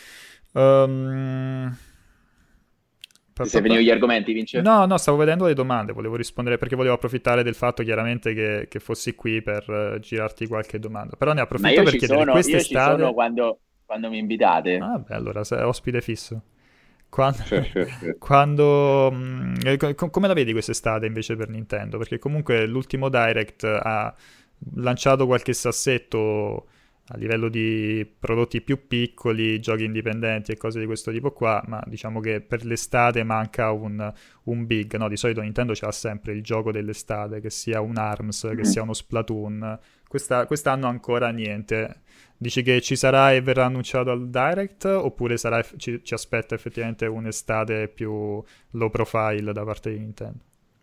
Ehm, pa- Ti sei pa- finito pa- gli argomenti, Vince? No, no, stavo vedendo le domande, volevo rispondere perché volevo approfittare del fatto chiaramente che, che fossi qui per eh, girarti qualche domanda, però ne Ma approfitto io per ci chiedere sono, io ci quest'estate... sono quando, quando mi invitate. Ah, beh, allora sei ospite fisso. Quando, Sì, sì, sì. quando, mh, eh, co- come la vedi quest'estate invece per Nintendo? Perché comunque l'ultimo Direct ha lanciato qualche sassetto a livello di prodotti più piccoli, giochi indipendenti e cose di questo tipo qua, ma diciamo che per l'estate manca un, un big, no? Di solito Nintendo c'ha sempre il gioco dell'estate, che sia un ARMS, che Mm. sia uno Splatoon. Questa- quest'anno ancora niente. Dici che ci sarà e verrà annunciato al Direct oppure sarà, ci, ci aspetta effettivamente un'estate più low profile da parte di Nintendo?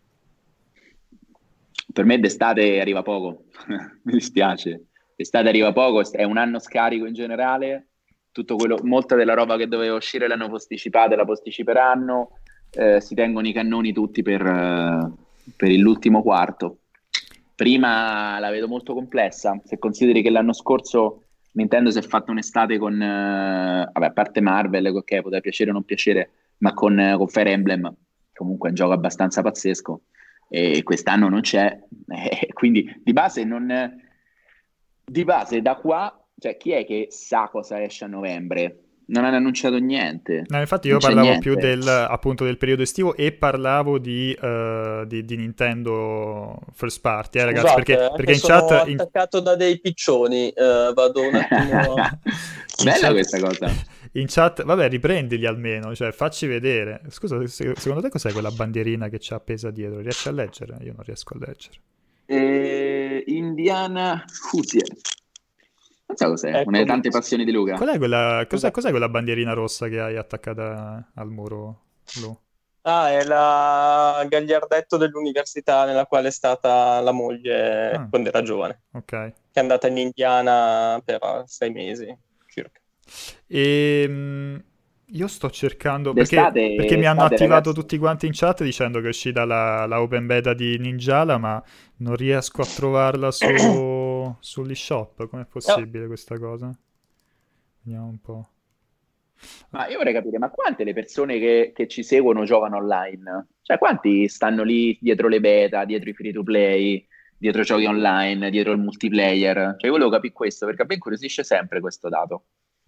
Per me d'estate arriva poco, mi dispiace. L'estate arriva poco, è un anno scarico in generale, tutto quello, molta della roba che doveva uscire l'hanno posticipata e la posticiperanno, eh, si tengono i cannoni tutti per, eh, per l'ultimo quarto. Prima la vedo molto complessa, se consideri che l'anno scorso Nintendo si è fatta un'estate con, eh, vabbè, a parte Marvel, che ok, poteva piacere o non piacere, ma con, eh, con Fire Emblem, comunque è un gioco abbastanza pazzesco, e quest'anno non c'è, eh, quindi di base non... Di base da qua, cioè chi è che sa cosa esce a novembre? Non hanno annunciato niente, No, infatti io non c'è parlavo più niente. del, appunto, del periodo estivo e parlavo di, eh, di, di Nintendo first party, eh, ragazzi, perché, Scusate, eh, perché che in sono chat... in- attaccato da dei piccioni, eh, vado un attimo... in Bella chat- questa cosa. In chat, vabbè, riprendili almeno, cioè facci vedere. Scusa, se- secondo te cos'è quella bandierina che c'ha appesa dietro? Riesci a leggere? Io non riesco a leggere. Eh, Indiana Hoosier. Non so cos'è, Ecco, una delle tante passioni di Luca. Qual è quella, cos'è, Scusa. cos'è quella bandierina rossa che hai attaccata al muro blu? Ah, è la gagliardetto dell'università nella quale è stata la moglie Ah. quando era giovane, Ok. che è andata in Indiana per sei mesi circa. E mh, io sto cercando perché, D'estate, perché mi hanno estate, attivato ragazzi. tutti quanti in chat dicendo che è uscita la, la open beta di Ninjala, ma non riesco a trovarla su, sull'eShop. Com'è possibile questa cosa? Vediamo un po'. Ma io vorrei capire, ma quante le persone che, che ci seguono giocano online? Cioè, quanti stanno lì dietro le beta, dietro i free to play, dietro i giochi online, dietro il multiplayer? Cioè, io volevo capire questo, perché a me incuriosisce sempre questo dato.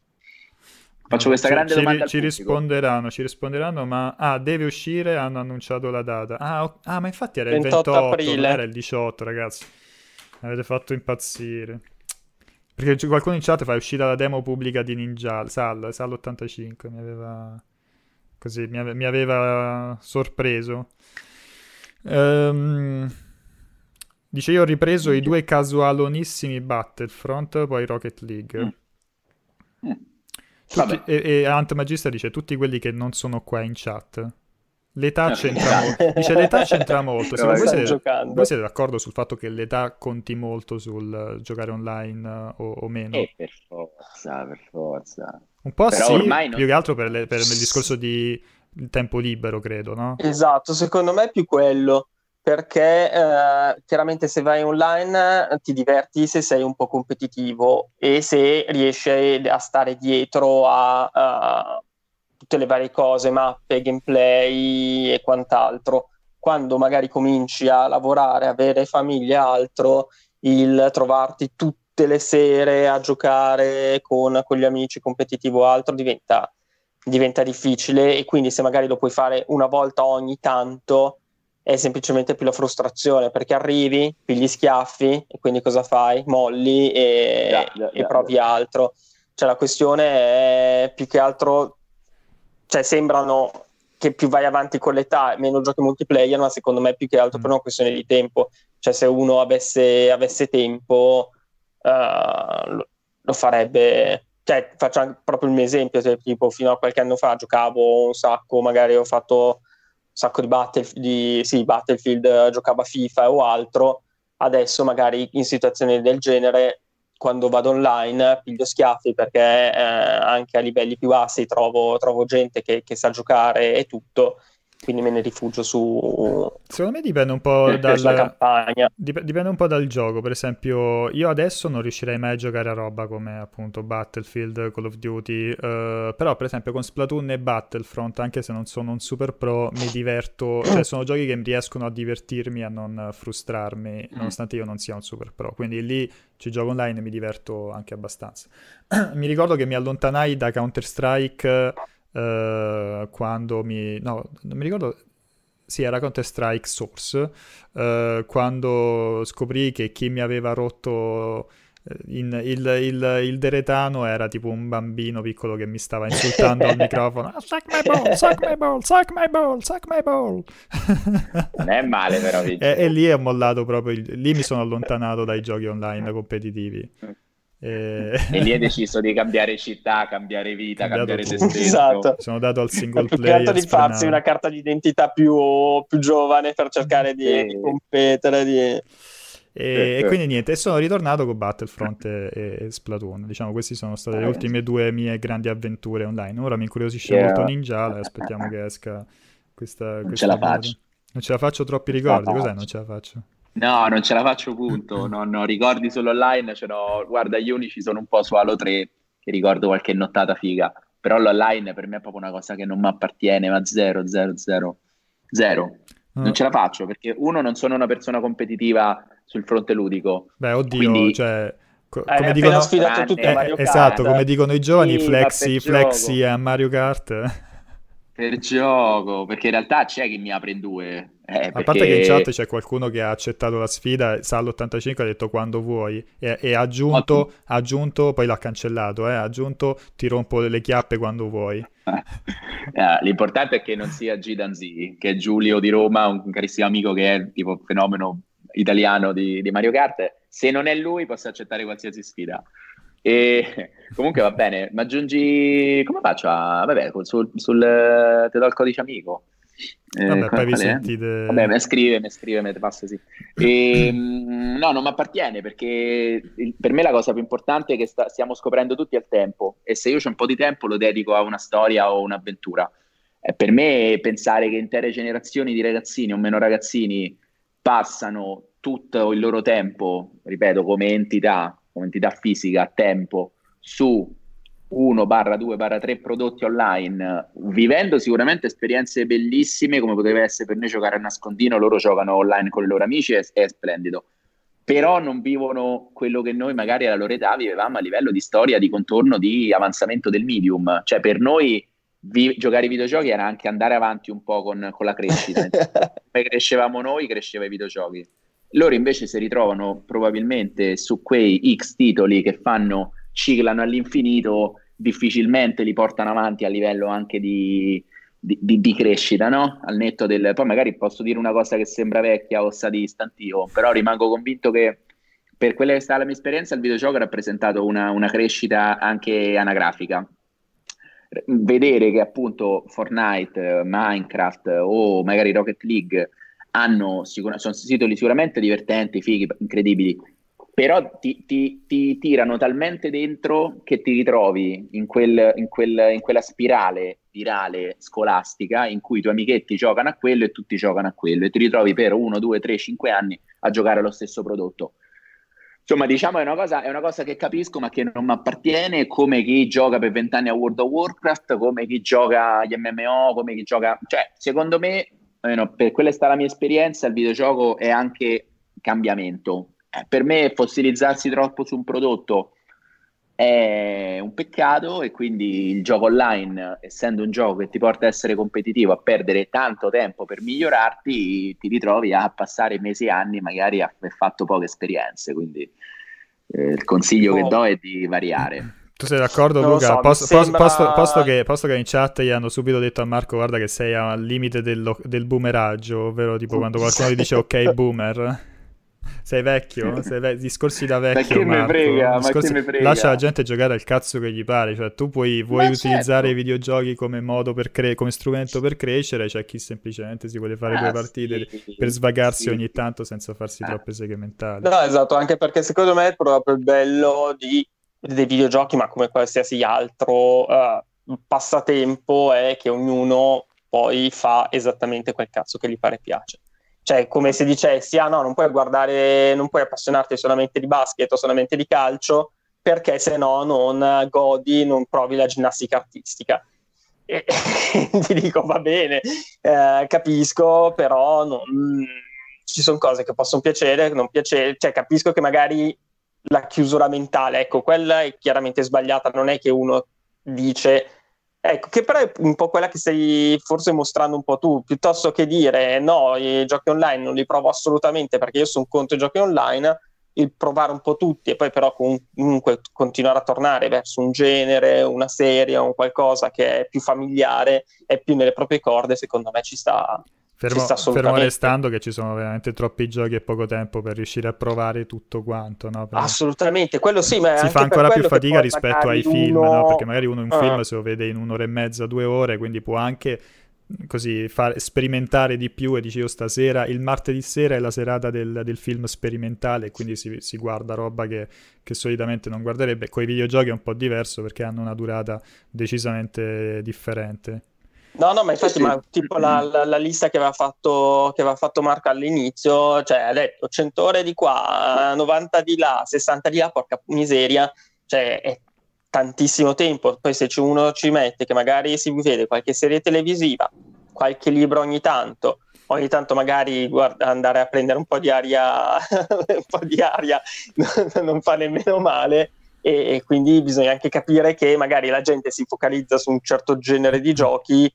Faccio Allora, questa ci, grande ci ri- domanda al ci pubblico. risponderanno, ci risponderanno, ma ah, deve uscire, hanno annunciato la data. Ah, ok- ah, ma infatti era il ventotto ventotto, non aprile. era il diciotto, ragazzi. Mi avete fatto impazzire. Perché c'è qualcuno in chat fa è uscita la demo pubblica di Ninja, Sal, Sal ottantacinque, mi aveva così, mi ave- mi aveva sorpreso. Ehm, dice io ho ripreso i due casualonissimi Battlefront, poi Rocket League. Mm. Mm. Tutti- Vabbè. e, e Ant Magister dice tutti quelli che non sono qua in chat. L'età Eh, c'entra esatto. molto. Dice l'età c'entra molto. Però Secondo voi Stanno siete, giocando. voi siete d'accordo sul fatto che l'età conti molto sul eh, giocare online eh, o, o meno? Eh, per forza, per forza. Un po' Però sì, ormai non... più che altro per, le- per il discorso di il tempo libero, credo, no? Esatto, secondo me è più quello, perché eh, chiaramente se vai online eh, ti diverti se sei un po' competitivo e se riesci a stare dietro a, a tutte le varie cose, mappe, gameplay e quant'altro. Quando magari cominci a lavorare, avere famiglia e altro, il trovarti tutte le sere a giocare con, con gli amici competitivo o altro diventa diventa difficile, e quindi se magari lo puoi fare una volta ogni tanto è semplicemente più la frustrazione, perché arrivi, pigli schiaffi, e quindi cosa fai? Molli e, Yeah, yeah, e yeah, provi yeah. altro. Cioè la questione è più che altro, cioè sembrano che più vai avanti con l'età meno giochi multiplayer, ma secondo me è più che altro Mm. per una questione di tempo. Cioè se uno avesse, avesse tempo uh, lo, lo farebbe. Cioè faccio anche proprio il mio esempio, cioè, tipo fino a qualche anno fa giocavo un sacco, magari ho fatto un sacco di, battle, di sì, Battlefield, giocavo a FIFA o altro. Adesso magari in situazioni del genere, quando vado online piglio schiaffi, perché eh, anche a livelli più bassi trovo, trovo gente che, che sa giocare e tutto, quindi me ne rifugio su Secondo me dipende un po' sulla dal campagna. dip- dipende un po' dal gioco. Per esempio, io adesso non riuscirei mai a giocare a roba come appunto Battlefield, Call of Duty, eh, però per esempio con Splatoon e Battlefront, anche se non sono un super pro, mi diverto, cioè sono giochi che riescono a divertirmi, a non frustrarmi, nonostante io non sia un super pro. Quindi lì ci gioco online e mi diverto anche abbastanza. Mi ricordo che mi allontanai da Counter-Strike uh, quando mi... no, non mi ricordo... Sì, era Counter-Strike Source, uh, quando scoprì che chi mi aveva rotto in, il, il, il deretano era tipo un bambino piccolo che mi stava insultando al microfono. Oh, suck my ball, suck my ball, suck my ball, suck my ball. Non è male però, e, e lì ho mollato proprio, il, lì mi sono allontanato dai giochi online competitivi. E... e lì hai deciso di cambiare città, cambiare vita, Cambiato cambiare te tutto. stesso. Esatto. Sono dato al single più player. Più che altro di farsi una carta d'identità più, più giovane per cercare di, Sì. di competere, di... E, e quindi niente, e sono ritornato con Battlefront e, e Splatoon. Diciamo, queste sono state le Ah, ultime due mie grandi avventure online. Ora mi incuriosisce Yeah. molto Ninjala e aspettiamo che esca questa, Non questa ce la cosa. faccio. Non ce la faccio, troppi Non ce la ricordi. Cos'è? faccio. Non ce la faccio. No, non ce la faccio, punto. Non ho ricordi solo online. Ce n'ho... Guarda, gli unici sono un po' su Halo tre, che ricordo qualche nottata figa. Però l'online per me è proprio una cosa che non mi appartiene, ma zero, zero, zero. Zero. Non ce la faccio, perché uno, non sono una persona competitiva sul fronte ludico. Beh, oddio, Quindi... cioè... Co- Hai come appena dicono, sfidato tutti a eh, Mario Kart. esatto, come dicono i giovani, Sì, flexi, ma per flexi gioco. a Mario Kart. Per gioco, perché in realtà c'è chi mi apre in due. Eh, A parte che in chat perché... c'è qualcuno che ha accettato la sfida, sa all'ottantacinque, ha detto quando vuoi, e, e ha aggiunto, Ottimo. ha aggiunto, poi l'ha cancellato, eh, ha aggiunto ti rompo le chiappe quando vuoi. Eh, l'importante è che non sia Gidanzi, che è Giulio di Roma, un carissimo amico che è tipo fenomeno italiano di, di Mario Kart. Se non è lui, posso accettare qualsiasi sfida. E comunque va bene, ma aggiungi... Come faccio a... Vabbè, sul, sul... te do il codice amico. Eh, Vabbè, poi vi qual è? sentite... Vabbè, mi scrive, mi scrive, mi passa sì. E, no, non mi appartiene, perché il- per me la cosa più importante è che sta- stiamo scoprendo tutti al tempo, e se io ho un po' di tempo lo dedico a una storia o un'avventura. E per me pensare che intere generazioni di ragazzini o meno ragazzini passano tutto il loro tempo, ripeto, come entità, come entità fisica, a tempo, su uno barra due barra tre prodotti online, vivendo sicuramente esperienze bellissime, come poteva essere per noi giocare a nascondino. Loro giocano online con i loro amici, è, è splendido, però non vivono quello che noi magari alla loro età vivevamo a livello di storia, di contorno, di avanzamento del medium. Cioè per noi vi- giocare ai videogiochi era anche andare avanti un po' con, con la crescita. Come crescevamo noi, cresceva i videogiochi. Loro invece si ritrovano probabilmente su quei X titoli che fanno, ciclano all'infinito, difficilmente li portano avanti a livello anche di, di, di- di crescita, no? Al netto del... Poi magari posso dire una cosa che sembra vecchia o sa di istantivo, però rimango convinto che per quella che è stata la mia esperienza il videogioco ha rappresentato una, una crescita anche anagrafica. Vedere che appunto Fortnite, Minecraft o magari Rocket League hanno sicur- sono titoli sicuramente divertenti, fighi, incredibili, però ti, ti- ti tirano talmente dentro che ti ritrovi in, quel, in, quel, in quella spirale virale scolastica in cui i tuoi amichetti giocano a quello e tutti giocano a quello, e ti ritrovi per uno, due, tre, cinque anni a giocare allo stesso prodotto. Insomma, diciamo, è una cosa, è una cosa che capisco, ma che non mi appartiene, come chi gioca per vent'anni a World of Warcraft, come chi gioca agli M M O, come chi gioca... Cioè, secondo me, eh, no, per quella è stata la mia esperienza, il videogioco è anche cambiamento. Eh, per me fossilizzarsi troppo su un prodotto è un peccato, e quindi il gioco online, essendo un gioco che ti porta a essere competitivo, a perdere tanto tempo per migliorarti, ti ritrovi a passare mesi e anni magari a aver fatto poche esperienze, quindi eh, il consiglio che Oh. do è di variare. Tu sei d'accordo, Non lo Luca? so, mi Posto, posto- sembra- posto- posto che, posto che in chat gli hanno subito detto a Marco, guarda che sei al limite dello- del boomeraggio, ovvero tipo quando qualcuno ti dice ok boomer. Sei vecchio? Sei ve- discorsi da Ma vecchio, che me Marco. frega, ma Discorsi- che me frega. Lascia la gente giocare al cazzo che gli pare, cioè tu puoi, vuoi Ma utilizzare certo. i videogiochi come modo per cre- come strumento per crescere, c'è chi semplicemente si vuole fare Ah, due partite sì, per svagarsi sì. ogni tanto senza farsi Ah. troppe seghe mentali. No, esatto, anche perché secondo me è proprio il bello di, dei videogiochi, ma come qualsiasi altro eh, passatempo, è che ognuno poi fa esattamente quel cazzo che gli pare piace. Cioè, come se dicessi, ah no, non puoi guardare, non puoi appassionarti solamente di basket o solamente di calcio, perché se no non godi, non provi la ginnastica artistica. E ti dico, va bene, eh, capisco, però non... ci sono cose che possono piacere, non piacere, cioè capisco che magari la chiusura mentale, ecco, quella è chiaramente sbagliata, non è che uno dice, ecco, che però è un po' quella che stai forse mostrando un po' tu, piuttosto che dire no, i giochi online non li provo assolutamente perché io sono contro i giochi online, il provare un po' tutti e poi però comunque continuare a tornare verso un genere, una serie, un qualcosa che è più familiare, è più nelle proprie corde, secondo me ci sta. Fermo, Ci sta fermo assolutamente. restando che ci sono veramente troppi giochi e poco tempo per riuscire a provare tutto quanto, no? Perché Assolutamente, quello sì, ma è si anche fa ancora per più quello che fatica poi rispetto ai magari film, uno... no? Perché magari uno un Ah. film se lo vede in un'ora e mezza, due ore, quindi può anche così fare, sperimentare di più e dici io stasera, il martedì sera è la serata del, del film sperimentale, quindi si, si guarda roba che, che solitamente non guarderebbe. Con i videogiochi è un po' diverso perché hanno una durata decisamente differente. No, no, ma infatti, Sì, sì. ma tipo la, la, la lista che aveva fatto, che aveva fatto Marco all'inizio, cioè ha detto cento ore di qua, novanta di là, sessanta di là, porca miseria, cioè è tantissimo tempo. Poi se uno ci mette che magari si vede qualche serie televisiva, qualche libro ogni tanto, ogni tanto magari guarda, andare a prendere un po' di aria, un po' di aria non fa nemmeno male. E quindi bisogna anche capire che magari la gente si focalizza su un certo genere di giochi,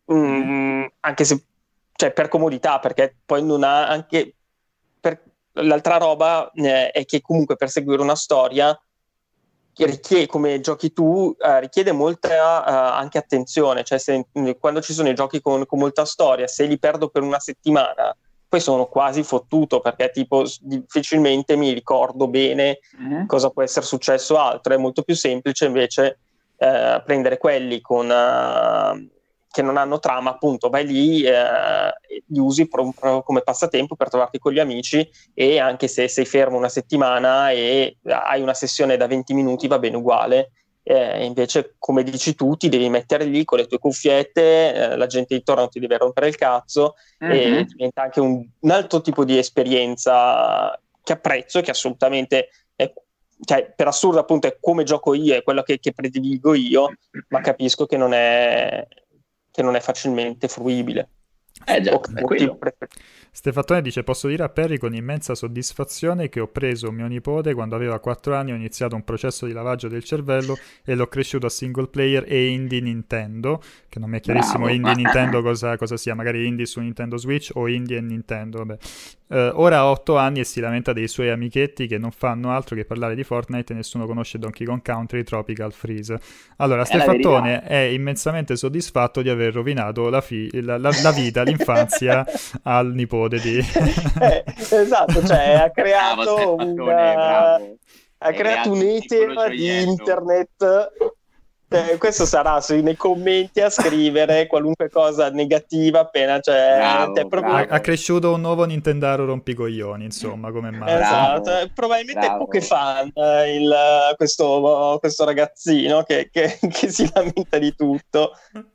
mh, anche se, cioè, per comodità, perché poi non ha anche per, l'altra roba eh, è che comunque per seguire una storia che richiede, come giochi tu, eh, richiede molta eh, anche attenzione, cioè se, quando ci sono i giochi con, con molta storia, se li perdo per una settimana poi sono quasi fottuto, perché tipo difficilmente mi ricordo bene uh-huh. cosa può essere successo altro. È molto più semplice invece eh, prendere quelli con, uh, che non hanno trama, appunto, vai lì, eh, li usi pro- pro- come passatempo per trovarti con gli amici, e anche se sei fermo una settimana e hai una sessione da venti minuti va bene uguale. Eh, invece, come dici tu, ti devi mettere lì con le tue cuffiette, eh, la gente intorno ti deve rompere il cazzo, uh-huh. e diventa anche un, un altro tipo di esperienza che apprezzo e che assolutamente è, cioè, per assurdo appunto è come gioco io, è quello che, che prediligo io, ma capisco che non è che non è facilmente fruibile. Eh già, è quello. Stefattone dice: posso dire a Perry con immensa soddisfazione che ho preso mio nipote quando aveva quattro anni, ho iniziato un processo di lavaggio del cervello e l'ho cresciuto a single player e indie Nintendo, che non mi è chiarissimo. Bravo. Indie Nintendo cosa, cosa sia, magari indie su Nintendo Switch o indie e Nintendo, vabbè. Uh, ora ha otto anni e si lamenta dei suoi amichetti che non fanno altro che parlare di Fortnite e nessuno conosce Donkey Kong Country Tropical Freeze. Allora, è Stefattone è immensamente soddisfatto di aver rovinato la, fi- la, la, la vita, l'infanzia al nipote di... eh, esatto, cioè ha creato bravo, una... bravo. ha creato un item di internet. Eh, questo sarà sui, nei commenti a scrivere qualunque cosa negativa appena c'è. Bravo, cioè, proprio... ha, ha cresciuto un nuovo Nintendaro rompicoglioni, insomma, come mai. Esatto, bravo, probabilmente bravo. Poche fan il, questo, questo ragazzino che, che, che si lamenta di tutto.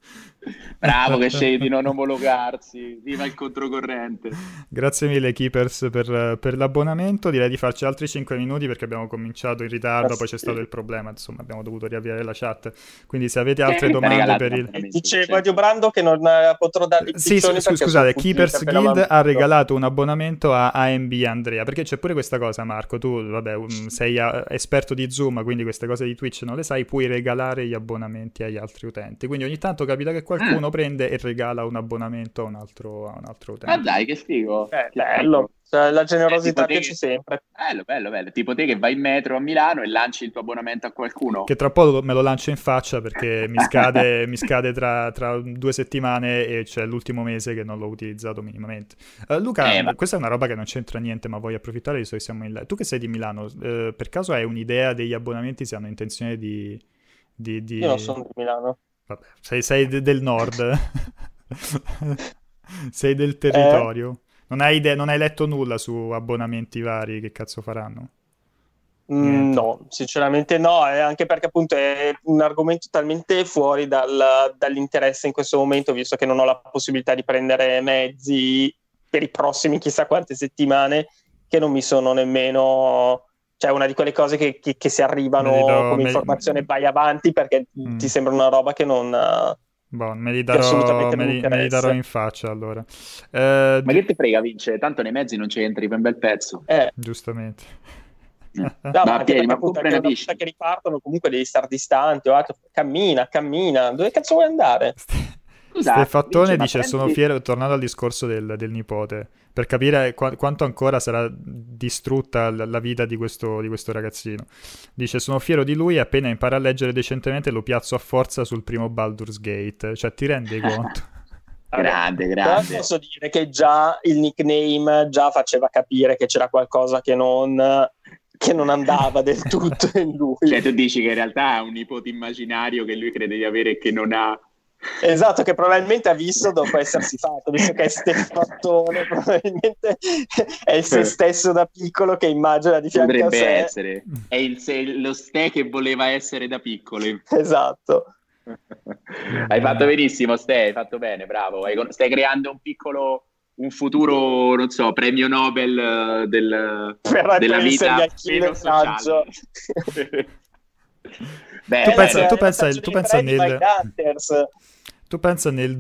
Bravo che sceglie di non omologarsi, viva il controcorrente. Grazie mille Keepers per, per l'abbonamento, direi di farci altri cinque minuti perché abbiamo cominciato in ritardo, ah, poi c'è stato il problema, insomma abbiamo dovuto riavviare la chat, quindi se avete altre eh, domande per il... Dice Radio Brando che non potrò darvi sì, sì, scusate, Keepers Guild ha regalato un abbonamento a A M B Andrea, perché c'è pure questa cosa Marco, tu vabbè sei esperto di Zoom, quindi queste cose di Twitch non le sai, puoi regalare gli abbonamenti agli altri utenti, quindi ogni tanto capita che qualcuno mm. prende e regala un abbonamento a un altro, a un altro utente. Ah dai, che figo! Eh, che bello, cioè, la generosità eh, piace che... sempre. Bello, bello, bello. Tipo te che vai in metro a Milano e lanci il tuo abbonamento a qualcuno. Che tra poco me lo lancio in faccia perché mi scade, mi scade tra, tra due settimane e c'è l'ultimo mese che non l'ho utilizzato minimamente. Uh, Luca, eh, ma... questa è una roba che non c'entra niente, ma voglio approfittare visto che siamo in live. Tu che sei di Milano, uh, per caso hai un'idea degli abbonamenti se hanno intenzione di... di, di... Io non sono di Milano. Vabbè, sei, sei de- del nord. Sei del territorio. Eh? Non hai idea, non hai letto nulla su abbonamenti vari che cazzo faranno? Mm, no, sinceramente no, eh, anche perché appunto è un argomento talmente fuori dal, dall'interesse in questo momento, visto che non ho la possibilità di prendere mezzi per i prossimi chissà quante settimane, che non mi sono nemmeno... Cioè una di quelle cose che, che, che si arrivano do, come me... informazione vai avanti perché mm. ti sembra una roba che non... Boh, me li darò, me li, me li darò in faccia allora. Eh, Ma che ti frega, Vince? Tanto nei mezzi non ci entri per un bel pezzo. Eh. Giustamente. No, ma, ma piedi, ma compra una volta che ripartono comunque devi stare distanti o altro. Cammina, cammina. Dove cazzo vuoi andare? Scusa, Stefattone dice, prendi... sono fiero, tornando al discorso del, del nipote, per capire qu- quanto ancora sarà distrutta l- la vita di questo, di questo ragazzino. Dice, sono fiero di lui e appena impara a leggere decentemente lo piazzo a forza sul primo Baldur's Gate. Cioè, ti rendi conto? Grande, grande. Però posso dire che già il nickname già faceva capire che c'era qualcosa che non... che non andava del tutto in lui. Cioè, tu dici che in realtà ha un nipote immaginario che lui crede di avere e che non ha... Esatto, che probabilmente ha visto dopo essersi fatto, visto che è Stefattone, probabilmente è il se stesso da piccolo che immagina di fianco Potrebbe a sé. essere, è il se, lo Ste che voleva essere da piccolo. Esatto. Hai fatto benissimo, Ste, hai fatto bene, bravo. Stai creando un piccolo, un futuro, non so, premio Nobel del, per della vita meno sociale. Beh, tu pensa, tu pensa, tu pensa nel tu pensa nel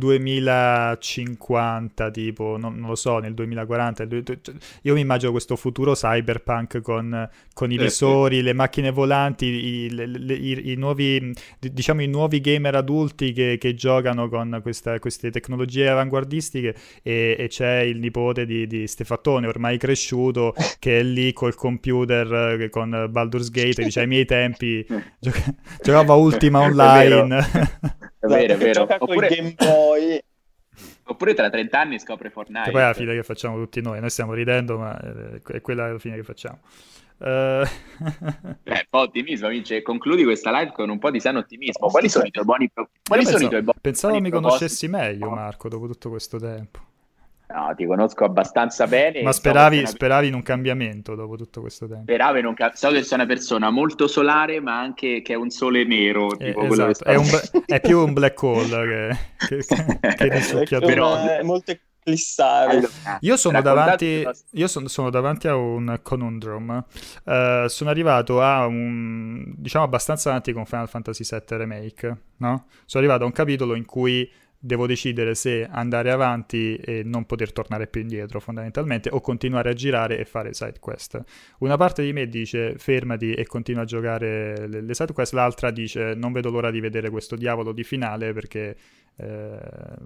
duemilacinquanta tipo, non, non lo so, nel duemilaquaranta, io mi immagino questo futuro cyberpunk con, con i visori, le macchine volanti, i, le, le, i, i nuovi, diciamo i nuovi gamer adulti che, che giocano con questa, queste tecnologie avanguardistiche e, e c'è il nipote di, di Stefattone ormai cresciuto che è lì col computer con Baldur's Gate e dice ai miei tempi gioca- giocava Ultima Online. È vero, è vero. Gioca oppure... Game Boy. Oppure tra trenta anni scopre Fortnite. Che poi è la fine che facciamo tutti noi. Noi stiamo ridendo, ma è quella la fine che facciamo. Uh... eh, un po' ottimismo, Vince. Concludi questa live con un po' di sano ottimismo. Quali sono i tuoi buoni pro... Quali penso, sono i tuoi buoni Pensavo buoni mi proposti? conoscessi meglio, Marco, dopo tutto questo tempo. No, ti conosco abbastanza bene. Ma speravi, una... speravi in un cambiamento dopo tutto questo temto? Speravo in un cambiamento. So che sei una persona molto solare, ma anche che è un sole nero. Eh, tipo esatto. Che è, un, è più un black hole che, che, che risucchiatore. Però è molto eclissare. Allora, io sono davanti, io sono, sono davanti a un conundrum. Uh, sono arrivato a un, diciamo, abbastanza avanti con Final Fantasy sette Remake, no? Sono arrivato a un capitolo in cui devo decidere se andare avanti e non poter tornare più indietro fondamentalmente o continuare a girare e fare side quest. Una parte di me dice fermati e continua a giocare le, le side quest, l'altra dice non vedo l'ora di vedere questo diavolo di finale perché eh,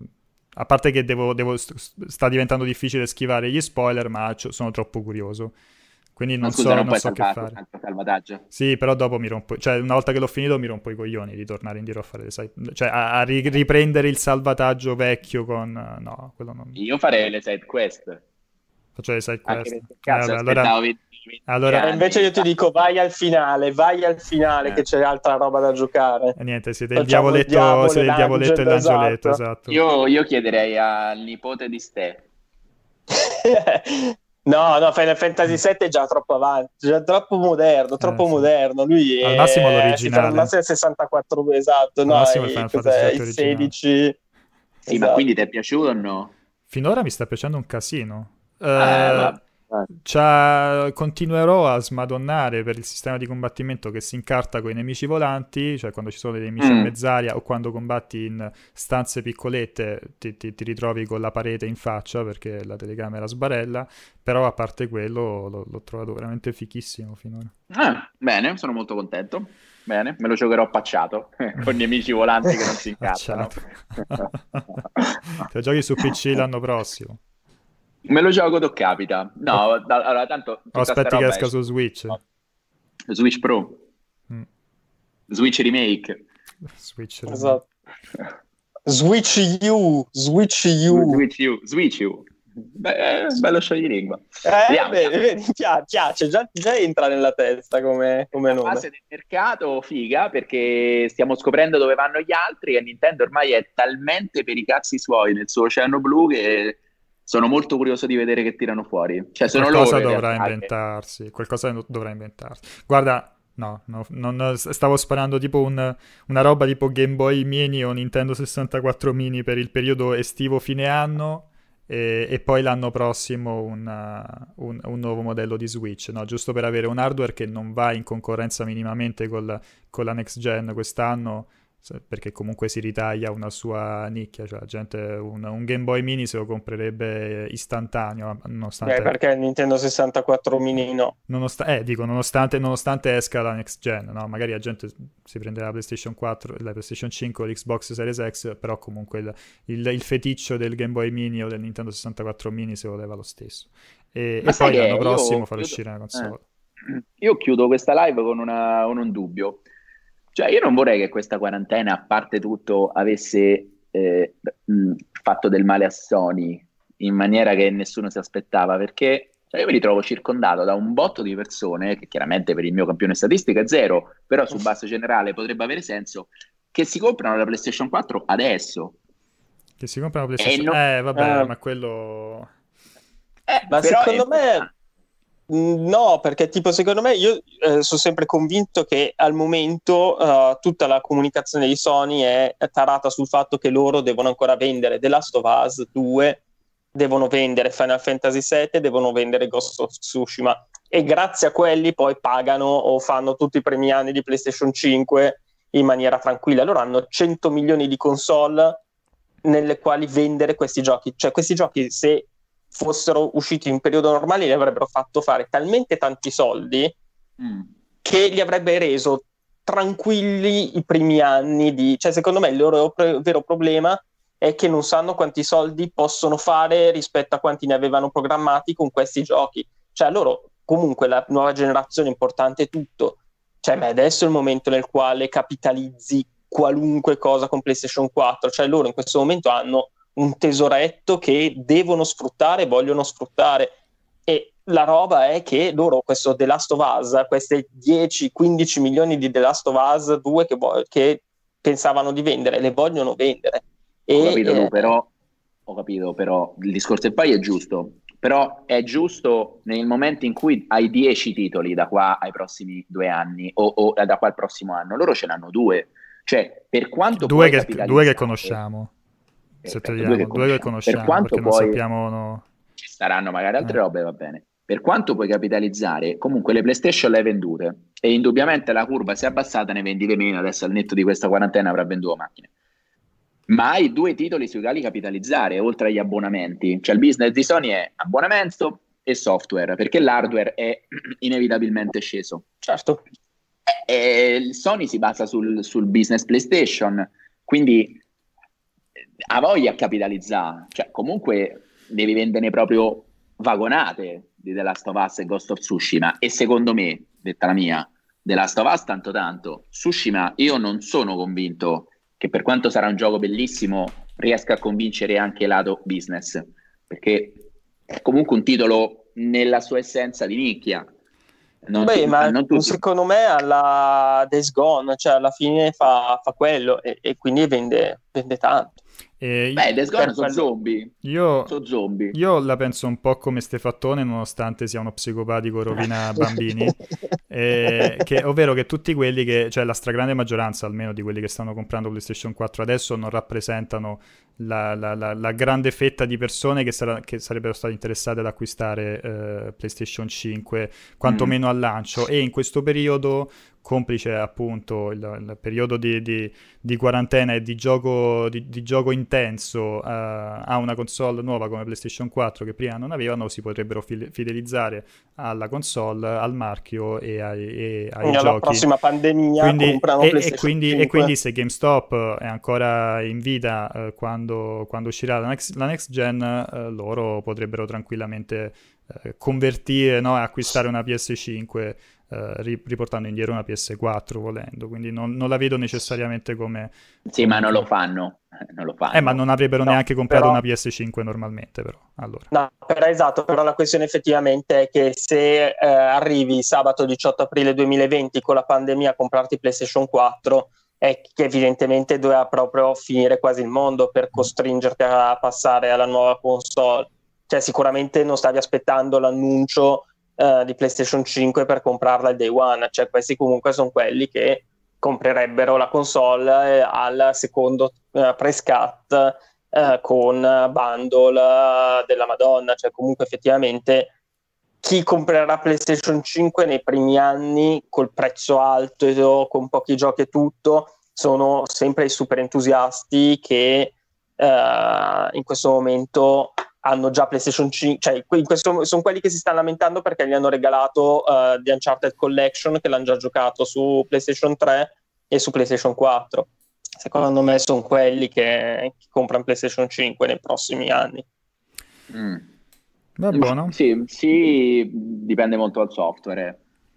a parte che devo, devo sta diventando difficile schivare gli spoiler, ma sono troppo curioso. Quindi non, scusa, so, non non so che fare. Salvataggio. Sì, però dopo mi rompo, cioè una volta che l'ho finito mi rompo i coglioni di tornare indietro a fare le side, cioè a, a ri- riprendere il salvataggio vecchio con no, quello non. Io farei le side quest. Faccio le side quest. Eh, cazzo, allora, venti, venti allora e invece io ti dico vai al finale, vai al finale eh. che c'è altra roba da giocare. E niente, siete il diavoletto, il diavolo, siete il diavoletto e l'angioletto, esatto. esatto. Io, io chiederei al nipote di Ste. No, no, Final Fantasy sette è già troppo avanti, già troppo moderno, troppo eh, sì. moderno. Lui al è, massimo l'originale. Al massimo è sessantaquattro, esatto, al no, massimo è il, il sedici. Sì, Esatto. ma quindi ti è piaciuto o no? Finora mi sta piacendo un casino. Eh, Eh, va- va- c'ha- continuerò a smadonnare per il sistema di combattimento che si incarta con i nemici volanti, cioè quando ci sono dei nemici a Mm. mezz'aria o quando combatti in stanze piccolette ti, ti- ti ritrovi con la parete in faccia perché la telecamera sbarella, però a parte quello l'ho, l'ho trovato veramente fichissimo finora. Ah, bene, sono molto contento. Bene, me lo giocherò pacciato, con nemici volanti che non si incazzano. Facciato. Te lo giochi su P C l'anno prossimo. Me lo gioco dove capita. No, da- allora, tanto O tutta sta aspetti che roba esca è su Switch. Switch Pro, Mm. Switch Remake, Switch. Esatto. Switch U, Switch U. Switch U, Switch U. Beh, bello scioglilingua. Eh, Vediamo, vedi, vediamo. vedi, pia- piace, già, già entra nella testa come, come La nome. fase del mercato figa perché stiamo scoprendo dove vanno gli altri e Nintendo ormai è talmente per i cazzi suoi nel suo oceano blu che sono molto curioso di vedere che tirano fuori. Cioè sono Qualcosa loro in dovrà realtà che- inventarsi. Qualcosa no- dovrà inventarsi. Guarda, no, no, non, stavo sparando tipo un- una roba tipo Game Boy Mini o Nintendo sessantaquattro Mini per il periodo estivo fine anno e, e poi l'anno prossimo una- un, un nuovo modello di Switch, no? Giusto per avere un hardware che non va in concorrenza minimamente col- con la next gen quest'anno, se- perché comunque si ritaglia una sua nicchia, cioè la gente un, un Game Boy Mini se lo comprerebbe istantaneo, nonostante... Beh, perché il Nintendo sessantaquattro mini no. Nonost- eh, dico, nonostante, nonostante esca la next gen, no? Magari la gente si prende la PlayStation quattro, la PlayStation cinque o l'Xbox Series X, però comunque il, il, il feticcio del Game Boy Mini o del Nintendo sessantaquattro Mini se lo leva lo stesso. E, Ma e sai poi che l'anno io prossimo farà chiudo- uscire una console. eh, io chiudo questa live con, una- con un dubbio. Cioè, io non vorrei che questa quarantena, a parte tutto, avesse eh, mh, fatto del male a Sony in maniera che nessuno si aspettava, perché cioè, io mi ritrovo circondato da un botto di persone, che chiaramente per il mio campione statistico è zero, però su base generale potrebbe avere senso, che si comprano la PlayStation quattro adesso. Che si comprano E PlayStation... non- Eh, vabbè, Eh. ma quello... Eh, Ma però secondo è me importante. mm, no, perché tipo secondo me io eh, sono sempre convinto che al momento eh, tutta la comunicazione di Sony è tarata sul fatto che loro devono ancora vendere The Last of Us due, devono vendere Final Fantasy sette, devono vendere Ghost of Tsushima e grazie a quelli poi pagano o fanno tutti i primi anni di PlayStation cinque in maniera tranquilla. Loro hanno cento milioni di console nelle quali vendere questi giochi, cioè questi giochi se fossero usciti in periodo normale li avrebbero fatto fare talmente tanti soldi Mm. che li avrebbe reso tranquilli i primi anni di... Cioè secondo me il loro pro- vero problema è che non sanno quanti soldi possono fare rispetto a quanti ne avevano programmati con questi giochi. Cioè loro comunque la nuova generazione è importante tutto, cioè ma adesso è il momento nel quale capitalizzi qualunque cosa con PlayStation quattro, cioè loro in questo momento hanno un tesoretto che devono sfruttare, vogliono sfruttare e la roba è che loro questo The Last of Us, queste dieci quindici milioni di The Last of Us due che, vo- che pensavano di vendere, le vogliono vendere. Ho E, capito, Lu, eh, però, ho capito, però il discorso e poi è giusto, però è giusto nel momento in cui hai dieci titoli da qua ai prossimi due anni o, o da qua al prossimo anno, loro ce n'hanno due, cioè per quanto Due puoi che, capitalizzare- due che conosciamo. Perfetto, Se due che togliamo, due che conosciamo. conosciamo, Per quanto perché non poi- sappiamo... no. ci saranno magari altre Eh. robe, va bene. Per quanto puoi capitalizzare, comunque le PlayStation le hai vendute e indubbiamente la curva si è abbassata, ne vendi di meno, adesso al netto di questa quarantena avrà venduto macchine. Ma hai due titoli sui quali capitalizzare, oltre agli abbonamenti. Cioè il business di Sony è abbonamento e software, perché l'hardware è inevitabilmente sceso. certo, E il Sony si basa sul, sul business PlayStation, quindi ha voglia a capitalizzare, cioè comunque devi venderne proprio vagonate di The Last of Us e Ghost of Tsushima e secondo me, detta la mia, The Last of Us tanto tanto, Tsushima io non sono convinto che per quanto sarà un gioco bellissimo riesca a convincere anche lato business, perché è comunque un titolo nella sua essenza di nicchia. Non beh, tu- ma non tutti- secondo me alla Days Gone, cioè alla fine fa, fa quello e, e quindi vende, vende tanto. E Beh, Days Gone sono quello... zombie. io, Sono zombie. io la penso un po' come Stefattone, nonostante sia uno psicopatico rovina bambini, eh, che, ovvero che tutti quelli che, cioè la stragrande maggioranza almeno di quelli che stanno comprando PlayStation quattro adesso non rappresentano la, la, la, la grande fetta di persone che, sarà, che sarebbero state interessate ad acquistare eh, PlayStation cinque, quantomeno Mm. al lancio, e in questo periodo, complice appunto il, il periodo di, di, di quarantena e di gioco, di, di gioco intenso uh, a una console nuova come PlayStation quattro che prima non avevano, si potrebbero fidelizzare alla console, al marchio e ai, e ai alla giochi. prossima pandemia Quindi, comprano e, e, PlayStation quindi, e cinque. quindi se GameStop è ancora in vita eh, quando, quando uscirà la next, la next gen, eh, loro potrebbero tranquillamente eh, convertire, no, e acquistare una P S cinque eh, riportando indietro una P S quattro volendo. Quindi non, non la vedo necessariamente come... Sì, come ma un non lo cambio. fanno. Non lo Eh, ma fanno. non avrebbero No, neanche comprato però... una P S cinque normalmente, però. Allora. No, però esatto, però la questione effettivamente è che se eh, arrivi sabato diciotto aprile duemilaventi con la pandemia a comprarti PlayStation quattro, è che evidentemente doveva proprio finire quasi il mondo per costringerti a passare alla nuova console. Cioè sicuramente non stavi aspettando l'annuncio eh, di PlayStation cinque per comprarla il day one, cioè questi comunque sono quelli che comprerebbero la console eh, al secondo eh, price cut eh, con bundle eh, della Madonna, cioè comunque effettivamente chi comprerà PlayStation cinque nei primi anni col prezzo alto, con pochi giochi e tutto, sono sempre i super entusiasti che eh, in questo momento hanno già PlayStation cinque, cioè in questo, sono quelli che si stanno lamentando perché gli hanno regalato uh, The Uncharted Collection, che l'hanno già giocato su PlayStation tre e su PlayStation quattro. Secondo me sono quelli che, che comprano PlayStation cinque nei prossimi anni. Mm. Va buono. Sì, sì, dipende molto dal software.